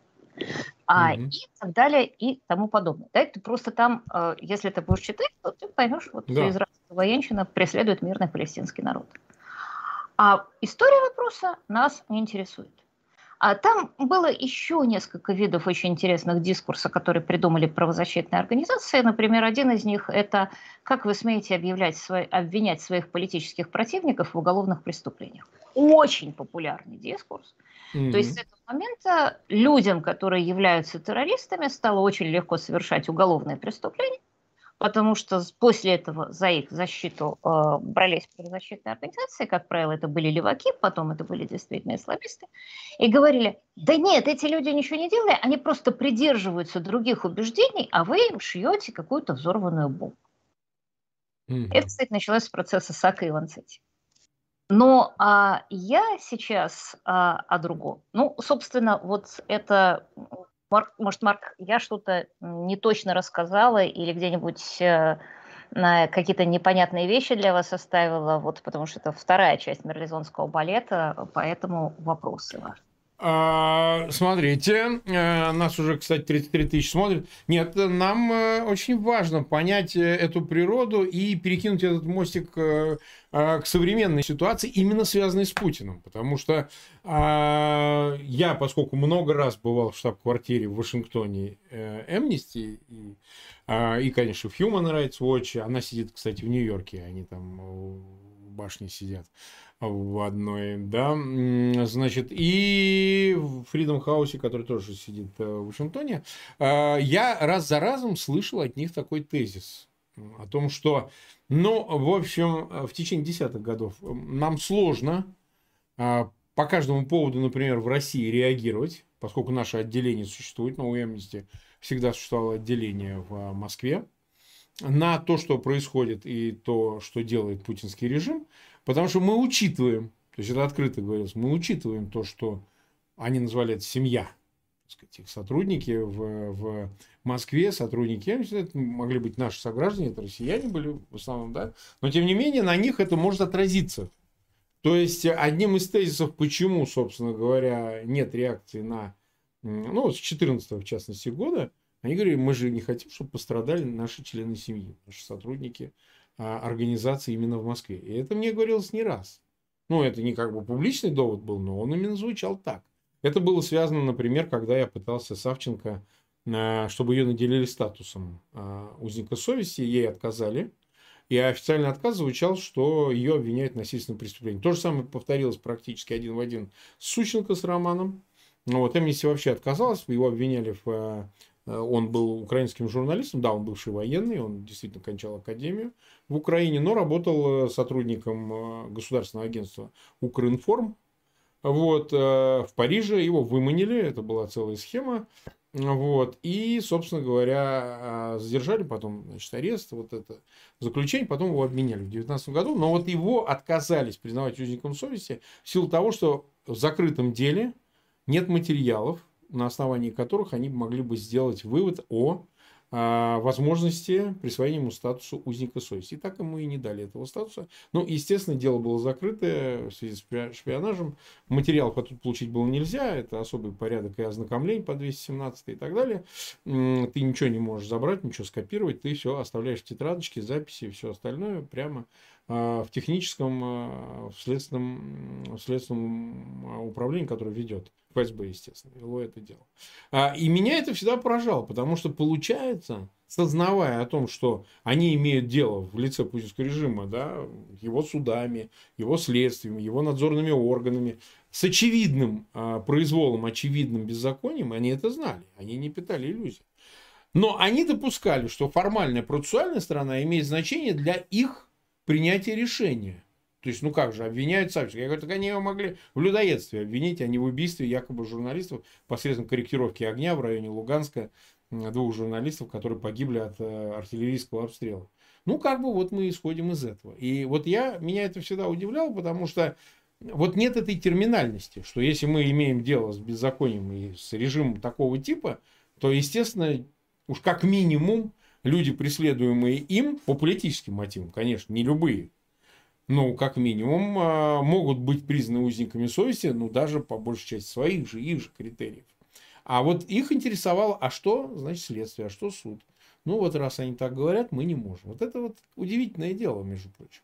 И так далее, и тому подобное. Да, ты просто там, если ты будешь читать, то ты поймешь, что израильская военщина преследует мирный палестинский народ. А история вопроса нас не интересует. Там было еще несколько видов очень интересных дискурсов, которые придумали правозащитные организации. Например, один из них – это «Как вы смеете обвинять своих политических противников в уголовных преступлениях?» Очень популярный дискурс. То есть с этого момента людям, которые являются террористами, стало очень легко совершать уголовные преступления, потому что после этого за их защиту брались правозащитные организации, как правило, это были леваки, потом это были действительно исламисты, и говорили, да нет, эти люди ничего не делали, они просто придерживаются других убеждений, а вы им шьете какую-то взорванную бомбу. Это, кстати, началось с процесса Сака и Ванцетти. Но я сейчас о другом. Ну, собственно, вот это, может, Марк, я что-то не точно рассказала или где-нибудь какие-то непонятные вещи для вас оставила, вот потому что это вторая часть мерлезонского балета, поэтому вопросы ваши. Смотрите, нас уже, кстати, 33 тысячи смотрят. Нет, нам очень важно понять эту природу и перекинуть этот мостик к современной ситуации, именно связанной с Путиным. Потому что я, поскольку много раз бывал в штаб-квартире в Вашингтоне Amnesty и, конечно, в Human Rights Watch, она сидит, кстати, в Нью-Йорке, они там в башне сидят. В одной, да, значит, и в Freedom House, который тоже сидит в Вашингтоне, я раз за разом слышал от них такой тезис о том, что, ну, в общем, в течение десятых годов нам сложно по каждому поводу, например, в России реагировать, поскольку наше отделение существует, но у Amnesty всегда существовало отделение в Москве, на то, что происходит и то, что делает путинский режим, потому что мы учитываем, то есть это открыто говорилось, мы учитываем то, что они назвали это семья, так сказать, их сотрудники в Москве, сотрудники, это могли быть наши сограждане, это россияне были в основном, да, но тем не менее на них это может отразиться То есть одним из тезисов, почему, собственно говоря, нет реакции на, ну, вот с 14 в частности года, они говорили, мы же не хотим, чтобы пострадали наши члены семьи, наши сотрудники организации именно в Москве. И это мне говорилось не раз. Ну, это не как бы публичный довод был, но он именно звучал так. Это было связано, например, когда я пытался Савченко, чтобы ее наделили статусом узника совести, ей отказали. И официальный отказ звучал, что ее обвиняют в насильственном преступлении. То же самое повторилось практически один в один с Сущенко, с Романом. Ну, вот Amnesty вообще отказалась, его обвиняли в... Он был украинским журналистом, да, он бывший военный, он действительно кончал академию в Украине, но работал сотрудником государственного агентства Укринформ. Вот, в Париже его выманили, это была целая схема. Вот, и, собственно говоря, задержали, потом, значит, арест, вот это заключение, потом его обменяли в 2019 году, но вот его отказались признавать узником совести в силу того, что в закрытом деле нет материалов, на основании которых они могли бы сделать вывод о возможности присвоения ему статуса узника совести. И так ему и не дали этого статуса. Ну, естественно, дело было закрытое в связи с шпионажем. Материалов оттуда получить было нельзя. Это особый порядок и ознакомление по 217 и так далее. Ты ничего не можешь забрать, ничего скопировать. Ты все оставляешь в тетрадочке, записи и все остальное прямо в техническом, в следственном управлении, которое ведет ФСБ, естественно, вело это дело. И меня это всегда поражало, потому что получается, сознавая о том, что они имеют дело в лице путинского режима, да, его судами, его следствием, его надзорными органами, с очевидным произволом, очевидным беззаконием, они это знали, они не питали иллюзий. Но они допускали, что формальная процессуальная сторона имеет значение для их принятия решения. То есть, ну как же, обвиняют Савченко. Я говорю, так они его могли в людоедстве обвинить, а не в убийстве якобы журналистов посредством корректировки огня в районе Луганска, 2 журналистов, которые погибли от артиллерийского обстрела. Ну, как бы вот мы исходим из этого. И вот меня это всегда удивляло, потому что вот нет этой терминальности, что если мы имеем дело с беззаконием и с режимом такого типа, то, естественно, уж как минимум люди, преследуемые им по политическим мотивам, конечно, не любые, но как минимум могут быть признаны узниками совести, ну даже по большей части своих же, их же критериев. А вот их интересовало, а что значит следствие, а что суд? Ну вот раз они так говорят, мы не можем. Вот это вот удивительное дело, между прочим.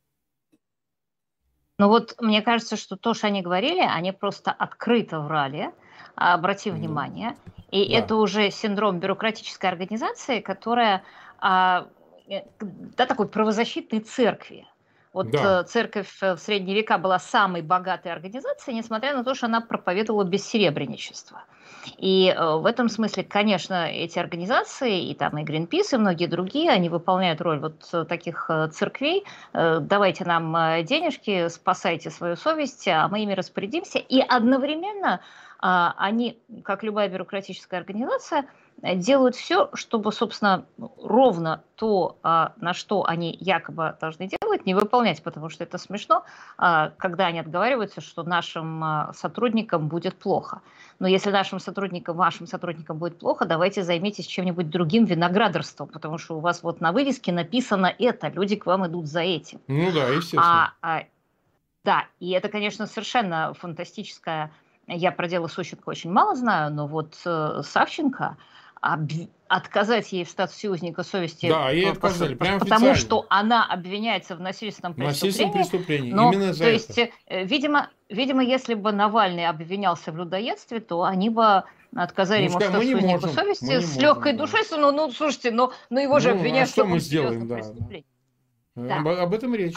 Ну вот мне кажется, что то, что они говорили, они просто открыто врали, обрати внимание. И Да. это уже синдром бюрократической организации, которая да, такой правозащитной церкви. Вот Да. церковь в средние века была самой богатой организацией, несмотря на то, что она проповедовала бессеребреничество. И в этом смысле, конечно, эти организации, и там и Greenpeace, и многие другие, они выполняют роль вот таких церквей. Давайте нам денежки, спасайте свою совесть, а мы ими распорядимся. И одновременно они, как любая бюрократическая организация, делают все, чтобы, собственно, ровно то, на что они якобы должны делать, не выполнять, потому что это смешно, когда они отговариваются, что нашим сотрудникам будет плохо. Но если нашим сотрудникам, вашим сотрудникам будет плохо, давайте займитесь чем-нибудь другим, виноградарством, потому что у вас вот на вывеске написано это, люди к вам идут за этим. Ну да, естественно. Да, и это, конечно, совершенно фантастическая. Я про дело Сущенко очень мало знаю, но вот Савченко, отказать ей в статусе узника совести, да, ей отказали, прямо потому официально. что она обвиняется в насильственном преступлении. Но, именно за то есть, видимо, если бы Навальный обвинялся в людоедстве, то они бы отказали ему в статусе узника совести с легкой душой. Ну, слушайте, но его же обвиняют в таком серьезном преступлении. Об этом речь.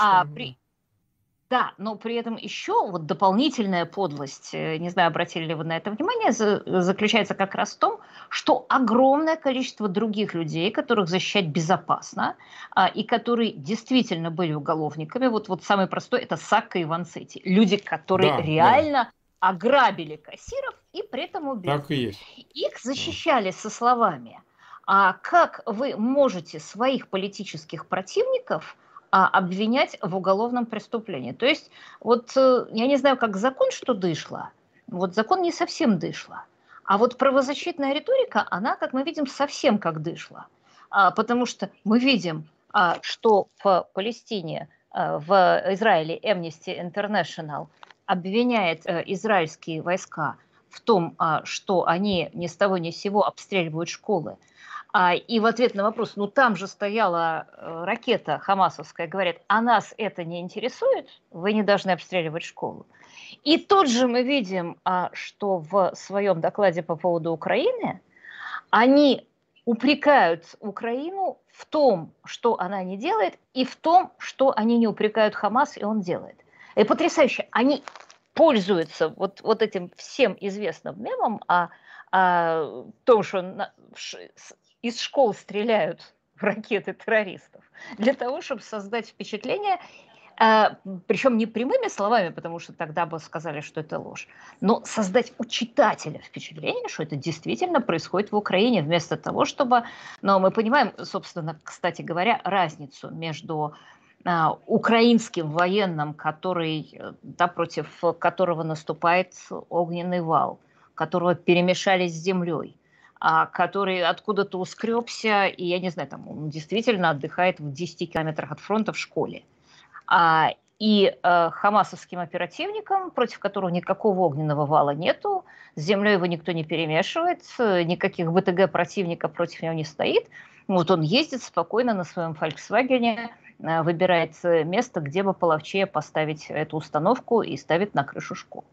Да, но при этом еще вот дополнительная подлость, не знаю, обратили ли вы на это внимание, заключается как раз в том, что огромное количество других людей, которых защищать безопасно, и которые действительно были уголовниками, вот самый простой, это Сакко и Ванцетти, люди, которые реально ограбили кассиров и при этом убили. Так и есть. Их защищали со словами: а как вы можете своих политических противников обвинять в уголовном преступлении? То есть, вот я не знаю, как закон что дышло, вот закон не совсем дышло, а вот правозащитная риторика, она, как мы видим, совсем как дышло. Потому что мы видим, что в Палестине в Израиле Amnesty International обвиняет израильские войска в том, что они ни с того ни с сего обстреливают школы. И в ответ на вопрос, ну там же стояла ракета хамасовская, говорят, а нас это не интересует, вы не должны обстреливать школу. И тут же мы видим, что в своем докладе по поводу Украины они упрекают Украину в том, что она не делает, и в том, что они не упрекают Хамас, и он делает. И потрясающе. Они пользуются вот этим всем известным мемом о том, что из школ стреляют в ракеты террористов, для того, чтобы создать впечатление, причем не прямыми словами, потому что тогда бы сказали, что это ложь, но создать у читателя впечатление, что это действительно происходит в Украине, вместо того, чтобы... Но мы понимаем, собственно, кстати говоря, разницу между украинским военным, против которого наступает огненный вал, которого перемешали с землей, который откуда-то ускребся, и, я не знаю, там он действительно отдыхает в 10 километрах от фронта в школе. И хамасовским оперативникам, против которого никакого огненного вала нету, с землей его никто не перемешивает, никаких БТГ противника против него не стоит. Вот он ездит спокойно на своем «Фольксвагене», выбирает место, где бы половчее поставить эту установку и ставит на крышу школы.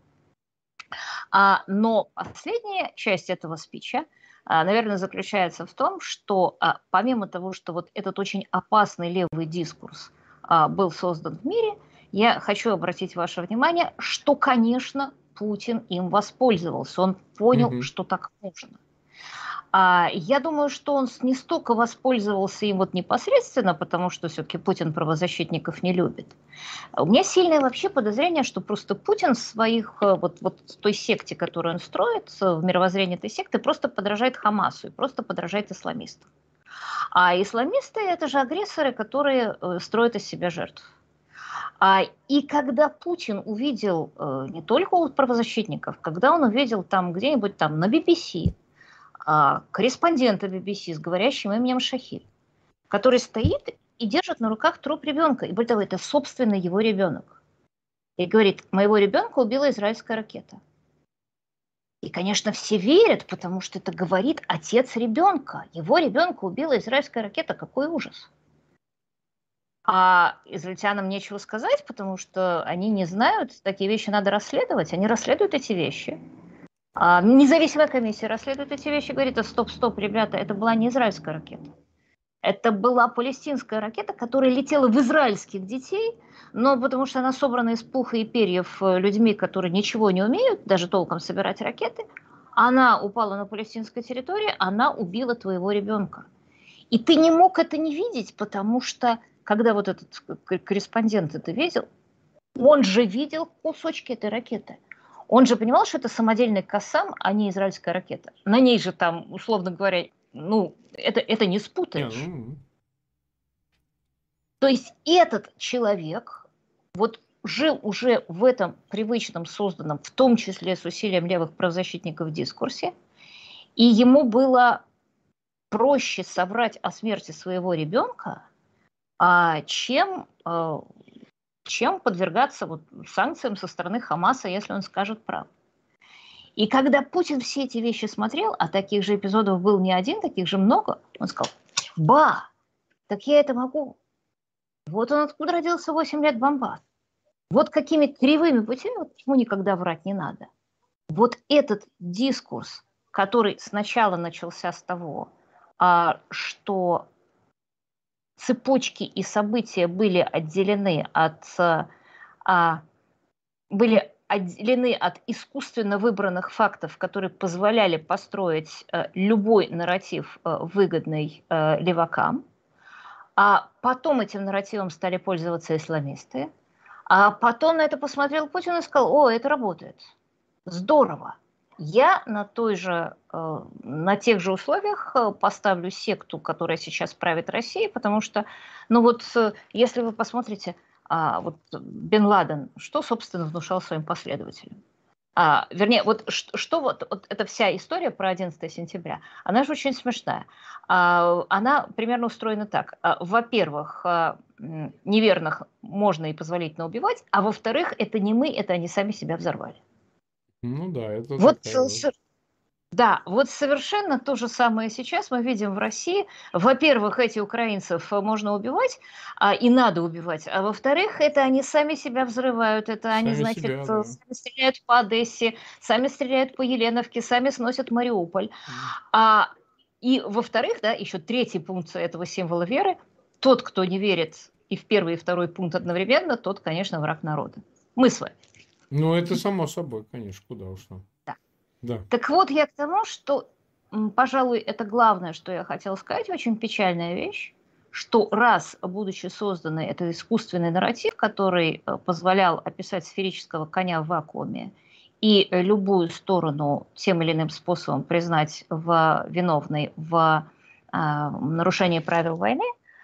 Но последняя часть этого спича, наверное, заключается в том, что помимо того, что вот этот очень опасный левый дискурс был создан в мире, я хочу обратить ваше внимание, что, конечно, Путин им воспользовался. Он понял, что так нужно. Я думаю, что он не столько воспользовался им вот непосредственно, потому что все-таки Путин правозащитников не любит. У меня сильное вообще подозрение, что просто Путин в своих, вот той секте, которую он строит, в мировоззрении этой секты, просто подражает Хамасу и просто подражает исламистам. А исламисты – это же агрессоры, которые строят из себя жертв. И когда Путин увидел не только у правозащитников, когда он увидел там где-нибудь там на BBC, корреспондента BBC с говорящим именем Шахид, который стоит и держит на руках труп ребенка. И более того, это собственно его ребенок. И говорит, моего ребенка убила израильская ракета. И, конечно, все верят, потому что это говорит отец ребенка. Его ребенка убила израильская ракета. Какой ужас. А израильтянам нечего сказать, потому что они не знают, такие вещи надо расследовать. Они расследуют эти вещи. Независимая комиссия расследует эти вещи, говорит, стоп, ребята, это была не израильская ракета. Это была палестинская ракета, которая летела в израильских детей, но потому что она собрана из пуха и перьев людьми, которые ничего не умеют, даже толком собирать ракеты, она упала на палестинской территории, она убила твоего ребенка. И ты не мог это не видеть, потому что, когда вот этот корреспондент это видел, он же видел кусочки этой ракеты. Он же понимал, что это самодельный «Кассам», а не израильская ракета. На ней же там, условно говоря, это не спутаешь. То есть этот человек вот жил уже в этом привычном, созданном, в том числе с усилием левых правозащитников, дискурсе, и ему было проще соврать о смерти своего ребенка, чем подвергаться санкциям со стороны Хамаса, если он скажет правду. И когда Путин все эти вещи смотрел, а таких же эпизодов был не один, таких же много, он сказал, так я это могу. Вот он откуда родился 8 лет бомбат. Вот какими кривыми путями, ему никогда врать не надо. Вот этот дискурс, который сначала начался с того, что цепочки и события были отделены от искусственно выбранных фактов, которые позволяли построить любой нарратив, выгодный левакам. А потом этим нарративом стали пользоваться исламисты. А потом на это посмотрел Путин и сказал, это работает. Здорово. Я на тех же условиях поставлю секту, которая сейчас правит Россией, потому что, если вы посмотрите, Бен Ладен, что, собственно, внушал своим последователям? Вернее, вот что вот эта вся история про 11 сентября, она же очень смешная. Она примерно устроена так. Во-первых, неверных можно и позволительно убивать, а во-вторых, это не мы, это они сами себя взорвали. Ну да, это Вот такая вот. да, вот совершенно то же самое сейчас мы видим в России. Во-первых, эти украинцев можно убивать, и надо убивать. А во-вторых, это они сами себя взрывают. Это они, Сами значит, себя, да. сами стреляют по Одессе, сами стреляют по Еленовке, сами сносят Мариуполь. М. И во-вторых, да, еще третий пункт этого символа веры. Тот, кто не верит и в первый, и второй пункт одновременно, тот, конечно, враг народа. Мы с вами. Ну, это само собой, конечно, куда уж там. Да. Да. Так вот, я к тому, что, пожалуй, это главное, что я хотела сказать, очень печальная вещь, что раз, будучи созданный этот искусственный нарратив, который позволял описать сферического коня в вакууме и любую сторону тем или иным способом признать виновной в нарушении правил войны,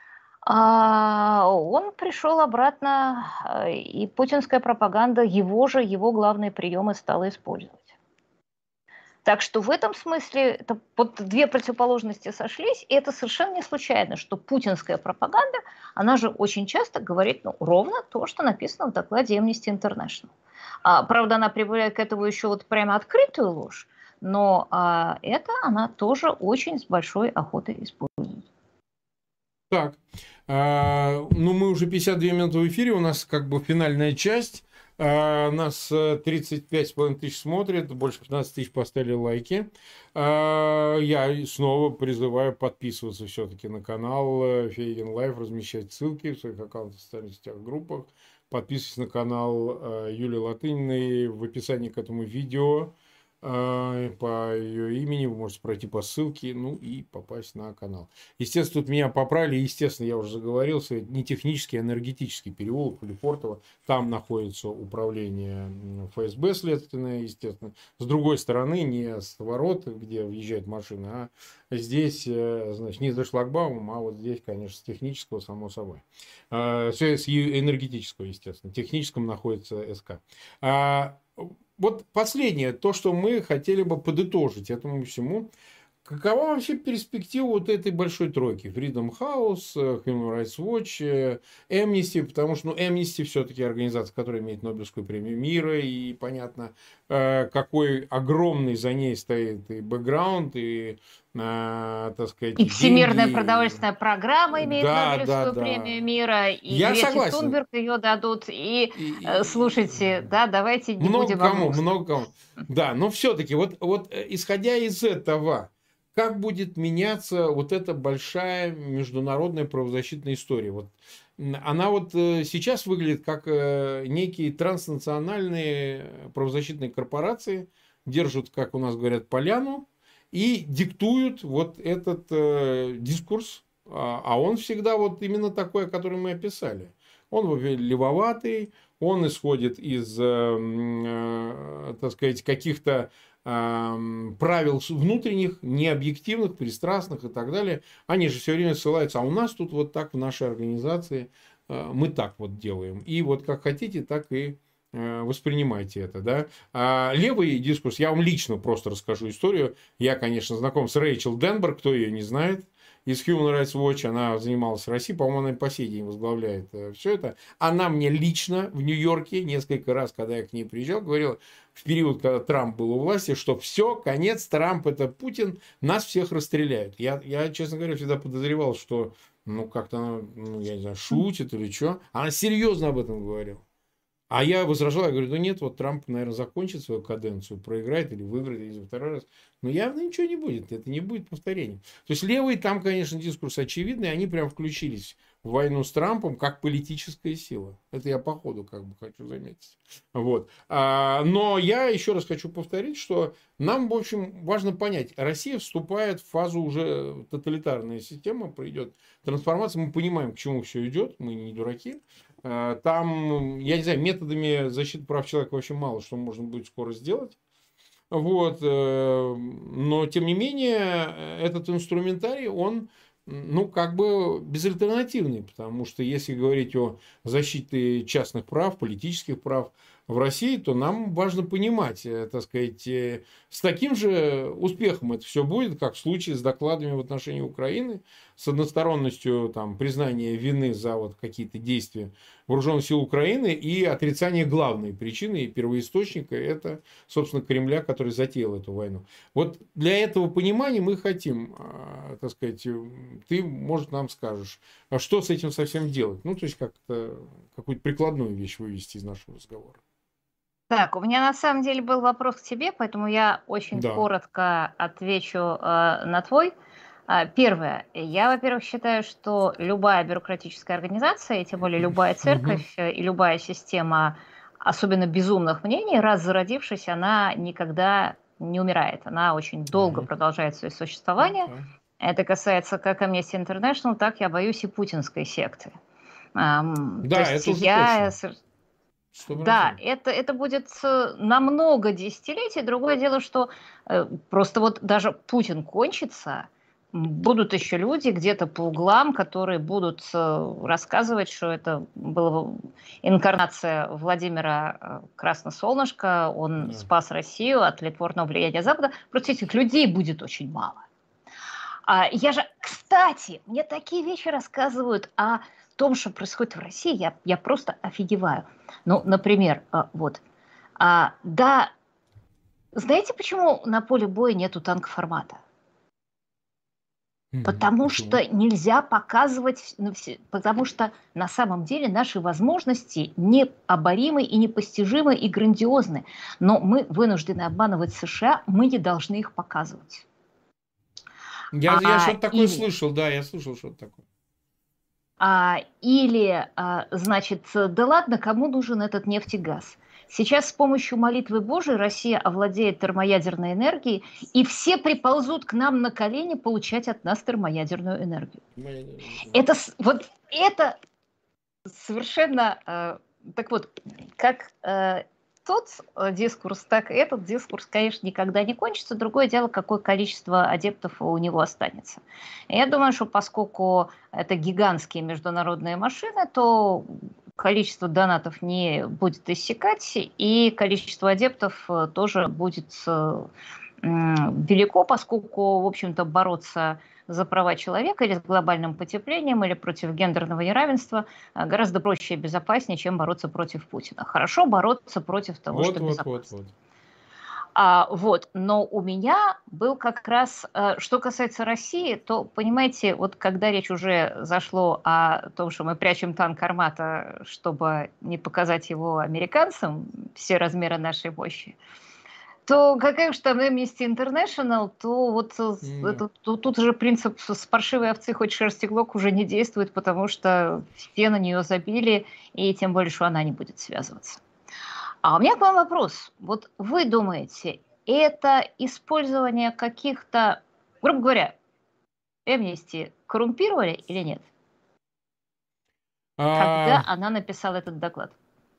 он пришел обратно, и путинская пропаганда его главные приемы стала использовать. Так что в этом смысле это вот две противоположности сошлись, и это совершенно не случайно, что путинская пропаганда, она же очень часто говорит ровно то, что написано в докладе Amnesty International. Правда, она прибавляет к этому еще вот прямо открытую ложь, но это она тоже очень с большой охотой использует. Так, ну мы уже 52 минуты в эфире, у нас как бы финальная часть. Нас 35,5 тысяч смотрит, больше 15 тысяч поставили лайки. Я снова призываю подписываться все-таки на канал Фейгин Лайф, размещать ссылки в своих аккаунтах, в социальных сетях, группах. Подписывайтесь на канал Юлии Латыниной в описании к этому видео. По ее имени вы можете пройти по ссылке, ну и попасть на канал. Естественно, тут меня поправили, естественно, я уже заговорился, не технический, а энергетический переулок Лефортово. Там находится управление ФСБ следственное, естественно. С другой стороны, не с ворот, где въезжает машина, а здесь, значит, не за шлагбаумом, а вот здесь, конечно, с технического, само собой. Все с энергетического, естественно. В техническом находится СК. Вот последнее, то, что мы хотели бы подытожить этому всему. Какова вообще перспектива вот этой большой тройки? Freedom House, Human Rights Watch, Amnesty, потому что Amnesty все-таки организация, которая имеет Нобелевскую премию мира, и понятно, какой огромный за ней стоит и бэкграунд, и, так сказать, и Всемирная деньги. продовольственная программа имеет Нобелевскую премию мира, и Я Грете согласен. Тунберг ее дадут, и слушайте, да, давайте не будем... Много кому. Да, но все-таки, вот исходя из этого, как будет меняться вот эта большая международная правозащитная история? Вот она вот сейчас выглядит как некие транснациональные правозащитные корпорации держат, как у нас говорят, поляну и диктуют вот этот дискурс, а он всегда вот именно такой, который мы описали. Он левоватый, он исходит из, так сказать, каких-то правил внутренних, необъективных, пристрастных и так далее. Они же все время ссылаются, а у нас тут вот так в нашей организации мы так вот делаем. И вот как хотите, так и воспринимайте это. Да? Левый дискурс, я вам лично просто расскажу историю. Я, конечно, знаком с Рэйчел Денберг, кто ее не знает. Из Human Rights Watch, она занималась в России, по-моему, она по сей день возглавляет все это. Она мне лично в Нью-Йорке несколько раз, когда я к ней приезжал, говорила, в период, когда Трамп был у власти, что все, конец, Трамп это Путин, нас всех расстреляют. Я, честно говоря, всегда подозревал, что как-то она, я не знаю, шутит или что. Она серьезно об этом говорила. А я возражал, я говорю, нет, вот Трамп, наверное, закончит свою каденцию, проиграет или выиграет, или второй раз. Но явно ничего не будет, это не будет повторением. То есть левые там, конечно, дискурс очевидный, они прям включились в войну с Трампом как политическая сила. Это я по ходу как бы хочу заметить. Вот. Но я еще раз хочу повторить, что нам, в общем, важно понять, Россия вступает в фазу уже тоталитарная система, придет трансформация, мы понимаем, к чему все идет, мы не дураки. Там, я не знаю, методами защиты прав человека вообще мало что можно будет скоро сделать. Вот. Но, тем не менее, этот инструментарий, он, как бы безальтернативный. Потому что, если говорить о защите частных прав, политических прав, в России, то нам важно понимать, так сказать, с таким же успехом это все будет, как в случае с докладами в отношении Украины, с односторонностью там, признания вины за вот какие-то действия вооруженных сил Украины и отрицание главной причины и первоисточника, это, собственно, Кремля, который затеял эту войну. Вот для этого понимания мы хотим, так сказать, ты, может, нам скажешь, а что с этим совсем делать? Ну, то есть, как-то какую-то прикладную вещь вывести из нашего разговора. Так, у меня на самом деле был вопрос к тебе, поэтому я очень Да. коротко отвечу на твой. Первое. Я, во-первых, считаю, что любая бюрократическая организация, и тем более любая церковь и любая система, особенно безумных мнений, раз зародившись, она никогда не умирает. Она очень долго продолжает свое существование. Это касается как Amnesty International, так, я боюсь, и путинской секты. Да, это уже точно. 100%. Да, это будет на много десятилетий. Другое дело, что просто вот даже Путин кончится, будут еще люди где-то по углам, которые будут рассказывать, что это была инкарнация Владимира Красносолнышко, он спас Россию от тлетворного влияния Запада. Просто этих людей будет очень мало. Я же, кстати, мне такие вещи рассказывают о том, что происходит в России, я просто офигеваю. Ну, например, да, знаете, почему на поле боя нету танк-формата? Потому что нельзя показывать, потому что на самом деле наши возможности необоримы и непостижимы и грандиозны. Но мы вынуждены обманывать США, мы не должны их показывать. Я что-то такое слышал, да, я слышал что-то такое. Значит, да ладно, кому нужен этот нефть и газ? Сейчас с помощью молитвы Божией Россия овладеет термоядерной энергией, и все приползут к нам на колени получать от нас термоядерную энергию. Это совершенно... Так вот, как тот дискурс, так и этот дискурс, конечно, никогда не кончится. Другое дело, какое количество адептов у него останется. Я думаю, что поскольку это гигантские международные машины, то количество донатов не будет иссякать, и количество адептов тоже будет велико, поскольку, в общем-то, бороться за права человека или с глобальным потеплением, или против гендерного неравенства гораздо проще и безопаснее, чем бороться против Путина. Хорошо бороться против того, что безопасно. Но у меня был как раз, что касается России, то, понимаете, вот когда речь уже зашло о том, что мы прячем танк «Армата», чтобы не показать его американцам, все размеры нашей мощи, то какая уж там Amnesty International, то вот тут уже принцип «с паршивой овцы хоть шерсти клок» уже не действует, потому что все на нее забили, и тем более, что она не будет связываться. А у меня к вам вопрос. Вот вы думаете, это использование каких-то, грубо говоря, Amnesty коррумпировали или нет? Когда она написала этот доклад?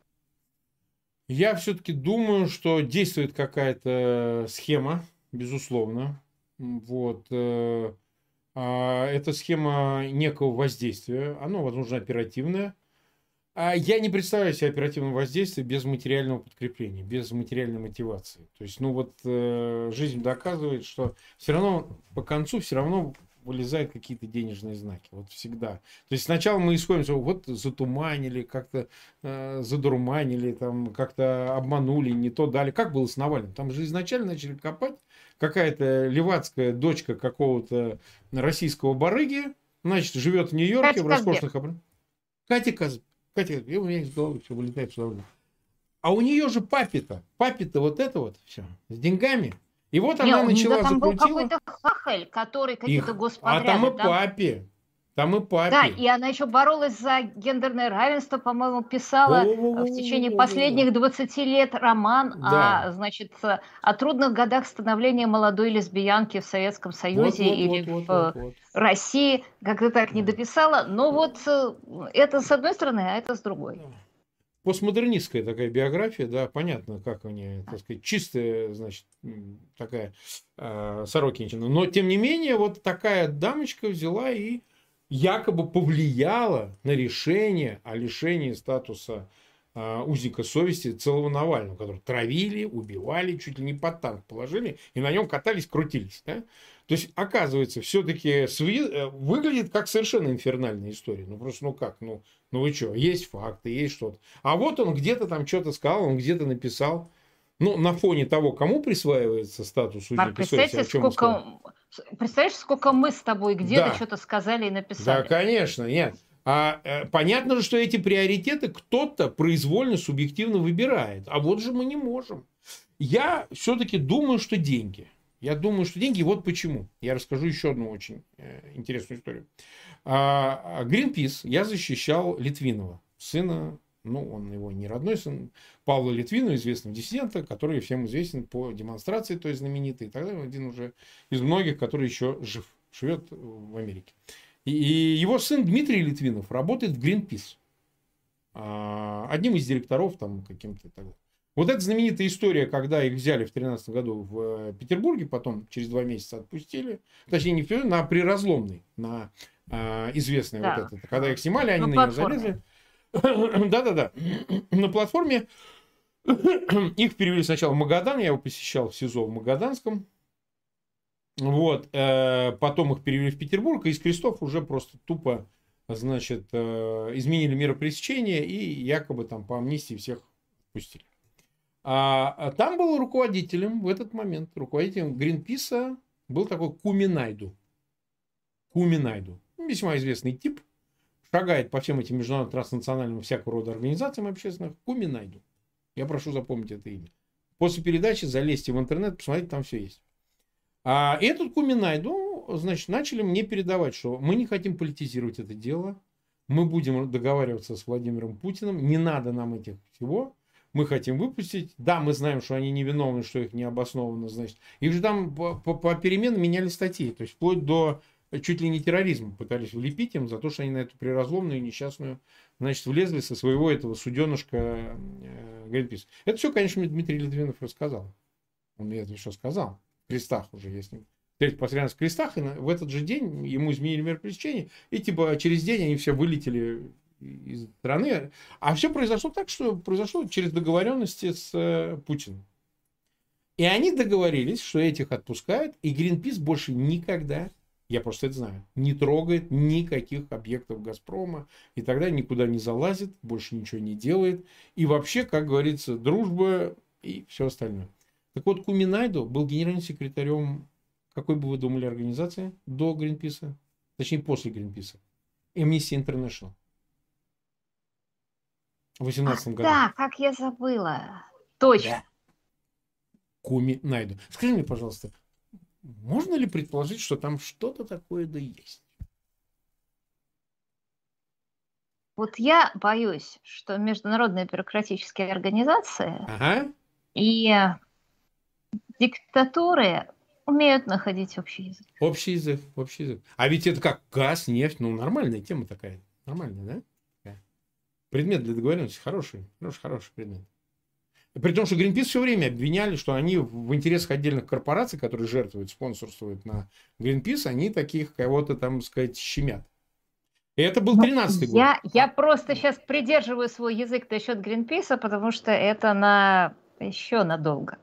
Я все-таки думаю, что действует какая-то схема, безусловно. Вот. Это схема некого воздействия. Оно, возможно, оперативное. Я не представляю себе оперативного воздействия без материального подкрепления, без материальной мотивации. То есть, жизнь доказывает, что все равно по концу все равно вылезают какие-то денежные знаки. Вот всегда. То есть сначала мы исходим, что вот затуманили, как-то задурманили, там, как-то обманули, не то дали. Как было с Навальным? Там же изначально начали копать. Какая-то левацкая дочка какого-то российского барыги, значит, живет в Нью-Йорке, в роскошных образах. Катя Казбек. Катя, у меня из головы все вылетает сюда. А у нее же папе-то вот это вот все с деньгами. И вот она начала там закрутила. Был какой-то хахаль, который какие-то господряды. Там и папе. Да, и она еще боролась за гендерное равенство, по-моему, писала в течение последних 20 лет роман о трудных годах становления молодой лесбиянки в Советском Союзе в России. Как-то так не дописала. Но вот это с одной стороны, а это с другой. Постмодернистская такая биография, да, понятно, как они, так сказать, чистая, значит, такая Сорокинщина. Но, тем не менее, вот такая дамочка взяла и якобы повлияла на решение о лишении статуса узника совести целого Навального, которого травили, убивали, чуть ли не под танк положили, и на нем катались, крутились. Да? То есть, оказывается, все-таки выглядит как совершенно инфернальная история. Ну, просто, ну как, ну вы что, есть факты, есть что-то. А вот он где-то там что-то сказал, он где-то написал. Ну, на фоне того, кому присваивается статус узника совести, о чем мы сказали. Представляешь, сколько мы с тобой где-то что-то сказали и написали. Да, конечно, нет. Понятно же, что эти приоритеты кто-то произвольно, субъективно выбирает. А вот же мы не можем. Я все-таки думаю, что деньги. Я думаю, что деньги. И вот почему. Я расскажу еще одну очень интересную историю. Greenpeace я защищал Литвинова, сына, ну, он его не родной сын, Павла Литвинова, известного диссидента, который всем известен по демонстрации той знаменитой. Тогда он один уже из многих, который еще жив, живет в Америке. И его сын Дмитрий Литвинов работает в Greenpeace. Одним из директоров там каким-то. Вот эта знаменитая история, когда их взяли в 2013 году в Петербурге, потом через 2 месяца отпустили. Точнее, не в Петербурге, на Приразломной, на известной вот это. Когда их снимали, они на нее залезли. Да-да-да. На платформе их перевели сначала в Магадан. Я его посещал в СИЗО в Магаданском. Вот. Потом их перевели в Петербург. И из крестов уже просто тупо, значит, изменили меры пресечения. И якобы там по амнистии всех отпустили. А там был руководителем в этот момент. Руководителем Гринписа был такой Куми Найду. Весьма известный тип. Шагает по всем этим международным транснациональным всякого рода организациям общественных. Куми Найду. Я прошу запомнить это имя. После передачи залезьте в интернет, посмотрите, там все есть. И этот Куми Найду, значит, начали мне передавать, что мы не хотим политизировать это дело. Мы будем договариваться с Владимиром Путиным. Не надо нам этих всего. Мы хотим выпустить. Да, мы знаем, что они невиновны, что их необоснованно, значит. Их же там по переменам меняли статьи. То есть, вплоть до чуть ли не терроризма пытались влепить им за то, что они на эту приразломную несчастную, значит, влезли со своего этого суденышка Greenpeace. Это все, конечно, мне Дмитрий Литвинов рассказал. Он мне это еще сказал. В крестах уже, если постоянно в крестах, и в этот же день ему изменили меры пресечения, и типа через день они все вылетели из страны. А все произошло так, что произошло через договоренности с Путиным. И они договорились, что этих отпускают, и Greenpeace больше никогда, я просто это знаю, не трогает никаких объектов Газпрома, и тогда никуда не залазит, больше ничего не делает. И вообще, как говорится, дружба и все остальное. Так вот, Куми Найду был генеральным секретарем, какой бы вы думали, организации до Greenpeace? Точнее, после Greenpeace. Amnesty International. В 2018 году. Да, как я забыла. Точно. Да. Куми Найду. Скажи мне, пожалуйста, можно ли предположить, что там что-то такое да есть? Вот я боюсь, что международные бюрократические организации и диктатуры умеют находить общий язык. Общий язык. А ведь это как газ, нефть. Ну, нормальная тема такая. Нормальная, да? Предмет для договоренности хороший предмет. При том, что Greenpeace все время обвиняли, что они в интересах отдельных корпораций, которые жертвуют, спонсорствуют на Greenpeace, они таких кого-то там, сказать, щемят. И это был 13-й год. Я просто сейчас придерживаю свой язык насчет Greenpeace, потому что это еще надолго.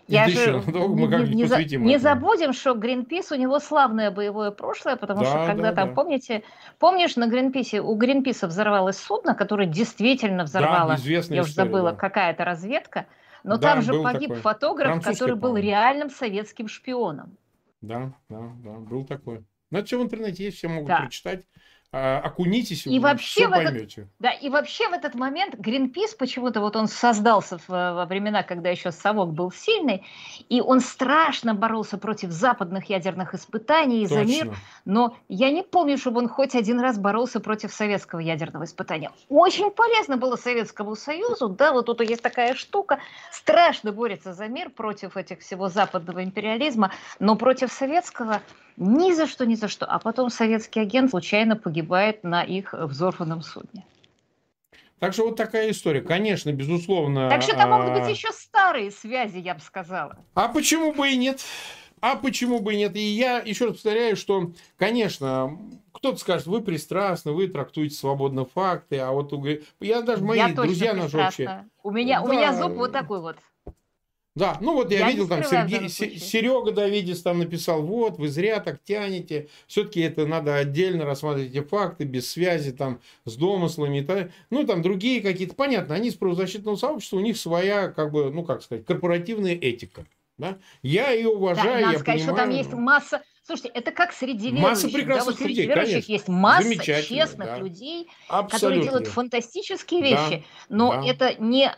Не забудем, что Greenpeace, у него славное боевое прошлое, потому что когда там, помнишь, на Greenpeace, у Greenpeace взорвалось судно, которое действительно взорвало, я уже забыла, какая-то разведка, но там же погиб фотограф, который был реальным советским шпионом. Да, был такой. Но это все в интернете есть, все могут прочитать. Окунитесь, и вообще все поймете. И вообще в этот момент Greenpeace почему-то вот он создался во времена, когда еще совок был сильный, и он страшно боролся против западных ядерных испытаний за мир, но я не помню, чтобы он хоть один раз боролся против советского ядерного испытания. Очень полезно было Советскому Союзу, да, вот тут есть такая штука, страшно борется за мир против этих всего западного империализма, но против советского ни за что, а потом советский агент случайно погибает на их взорванном судне. Так что вот такая история. Конечно, безусловно. Так что там могут быть еще старые связи, я бы сказала. А почему бы и нет? А почему бы и нет? И я еще раз повторяю, что, конечно, кто-то скажет, вы пристрастны, вы трактуете свободно факты, а вот я даже Я мои точно друзья наши общие. пристрастна. У меня зуб вот такой вот. Да, ну вот я Я не видел, там скрываю в данном случае. Серега Давидис там написал, вот, вы зря так тянете, все-таки это надо отдельно рассматривать эти факты, без связи там с домыслами и так. Ну, там другие какие-то, понятно, они из правозащитного сообщества, у них своя, как бы, ну, как сказать, корпоративная этика. Да? Я ее Да, и уважаю, надо я сказать, что там есть понимаю. масса... Слушайте, это как среди Масса верующих, да, вот прекрасных среди людей, верующих конечно. есть масса Замечательно, честных да. людей, которые Абсолютно делают верно. фантастические Да, вещи, но да. это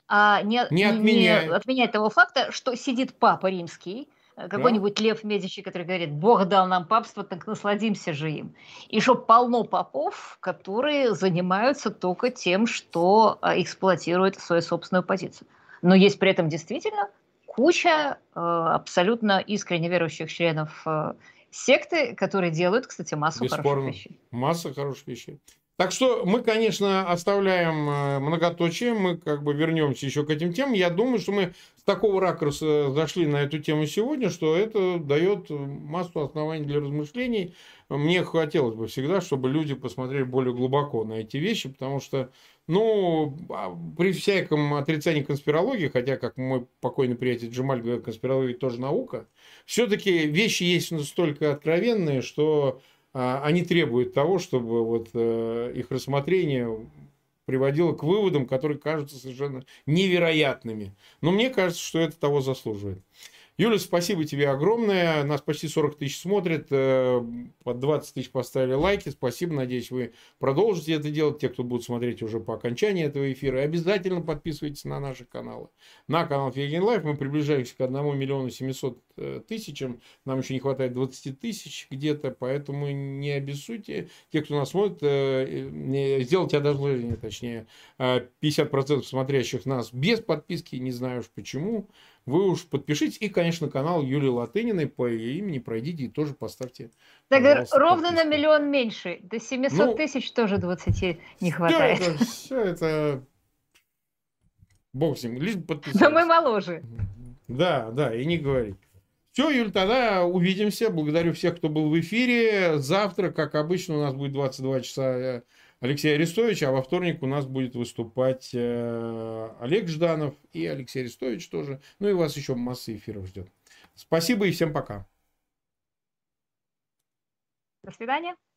Не не отменяет. отменяет того факта, что сидит папа римский, Да. какой-нибудь Лев Медичи, который говорит, Бог дал нам папство, так насладимся же им. И что полно попов, которые занимаются только тем, что эксплуатируют свою собственную позицию. Но есть при этом действительно куча абсолютно искренне верующих членов секты, которые делают, кстати, массу хороших Бесспорно. вещей. Масса хороших вещей. Так что мы, конечно, оставляем многоточие, мы как бы вернемся еще к этим темам. Я думаю, что мы с такого ракурса зашли на эту тему сегодня, что это дает массу оснований для размышлений. Мне хотелось бы всегда, чтобы люди посмотрели более глубоко на эти вещи, потому что, ну, при всяком отрицании конспирологии, хотя, как мой покойный приятель Джемаль говорит, конспирология тоже наука, все-таки вещи есть настолько откровенные, что они требуют того, чтобы вот их рассмотрение приводило к выводам, которые кажутся совершенно невероятными. Но мне кажется, что это того заслуживает. Юля, спасибо тебе огромное. Нас почти 40 тысяч смотрят. Под 20 тысяч поставили лайки. Спасибо. Надеюсь, вы продолжите это делать. Те, кто будут смотреть уже по окончании этого эфира. И обязательно подписывайтесь на наши каналы. На канал Фейгин Лайф. Мы приближаемся к 1 миллиону 700 тысячам. Нам еще не хватает 20 тысяч где-то. Поэтому не обессудьте. Те, кто нас смотрит, сделайте одолжение, точнее, 50% смотрящих нас без подписки. Не знаю уж почему. Вы уж подпишитесь. И, конечно, канал Юлии Латыниной по ее имени пройдите и тоже поставьте, Так пожалуйста, ровно подписку. на миллион меньше. До 700 тысяч тоже 20 не хватает. Все это бог с ним. Лишь бы Но мы подписались. моложе. Да, и не говори. Все, Юль, тогда увидимся. Благодарю всех, кто был в эфире. Завтра, как обычно, у нас будет 22 часа Алексей Арестович, а во вторник у нас будет выступать Олег Жданов и Алексей Арестович тоже. Ну и вас еще масса эфиров ждет. Спасибо и всем пока. До свидания.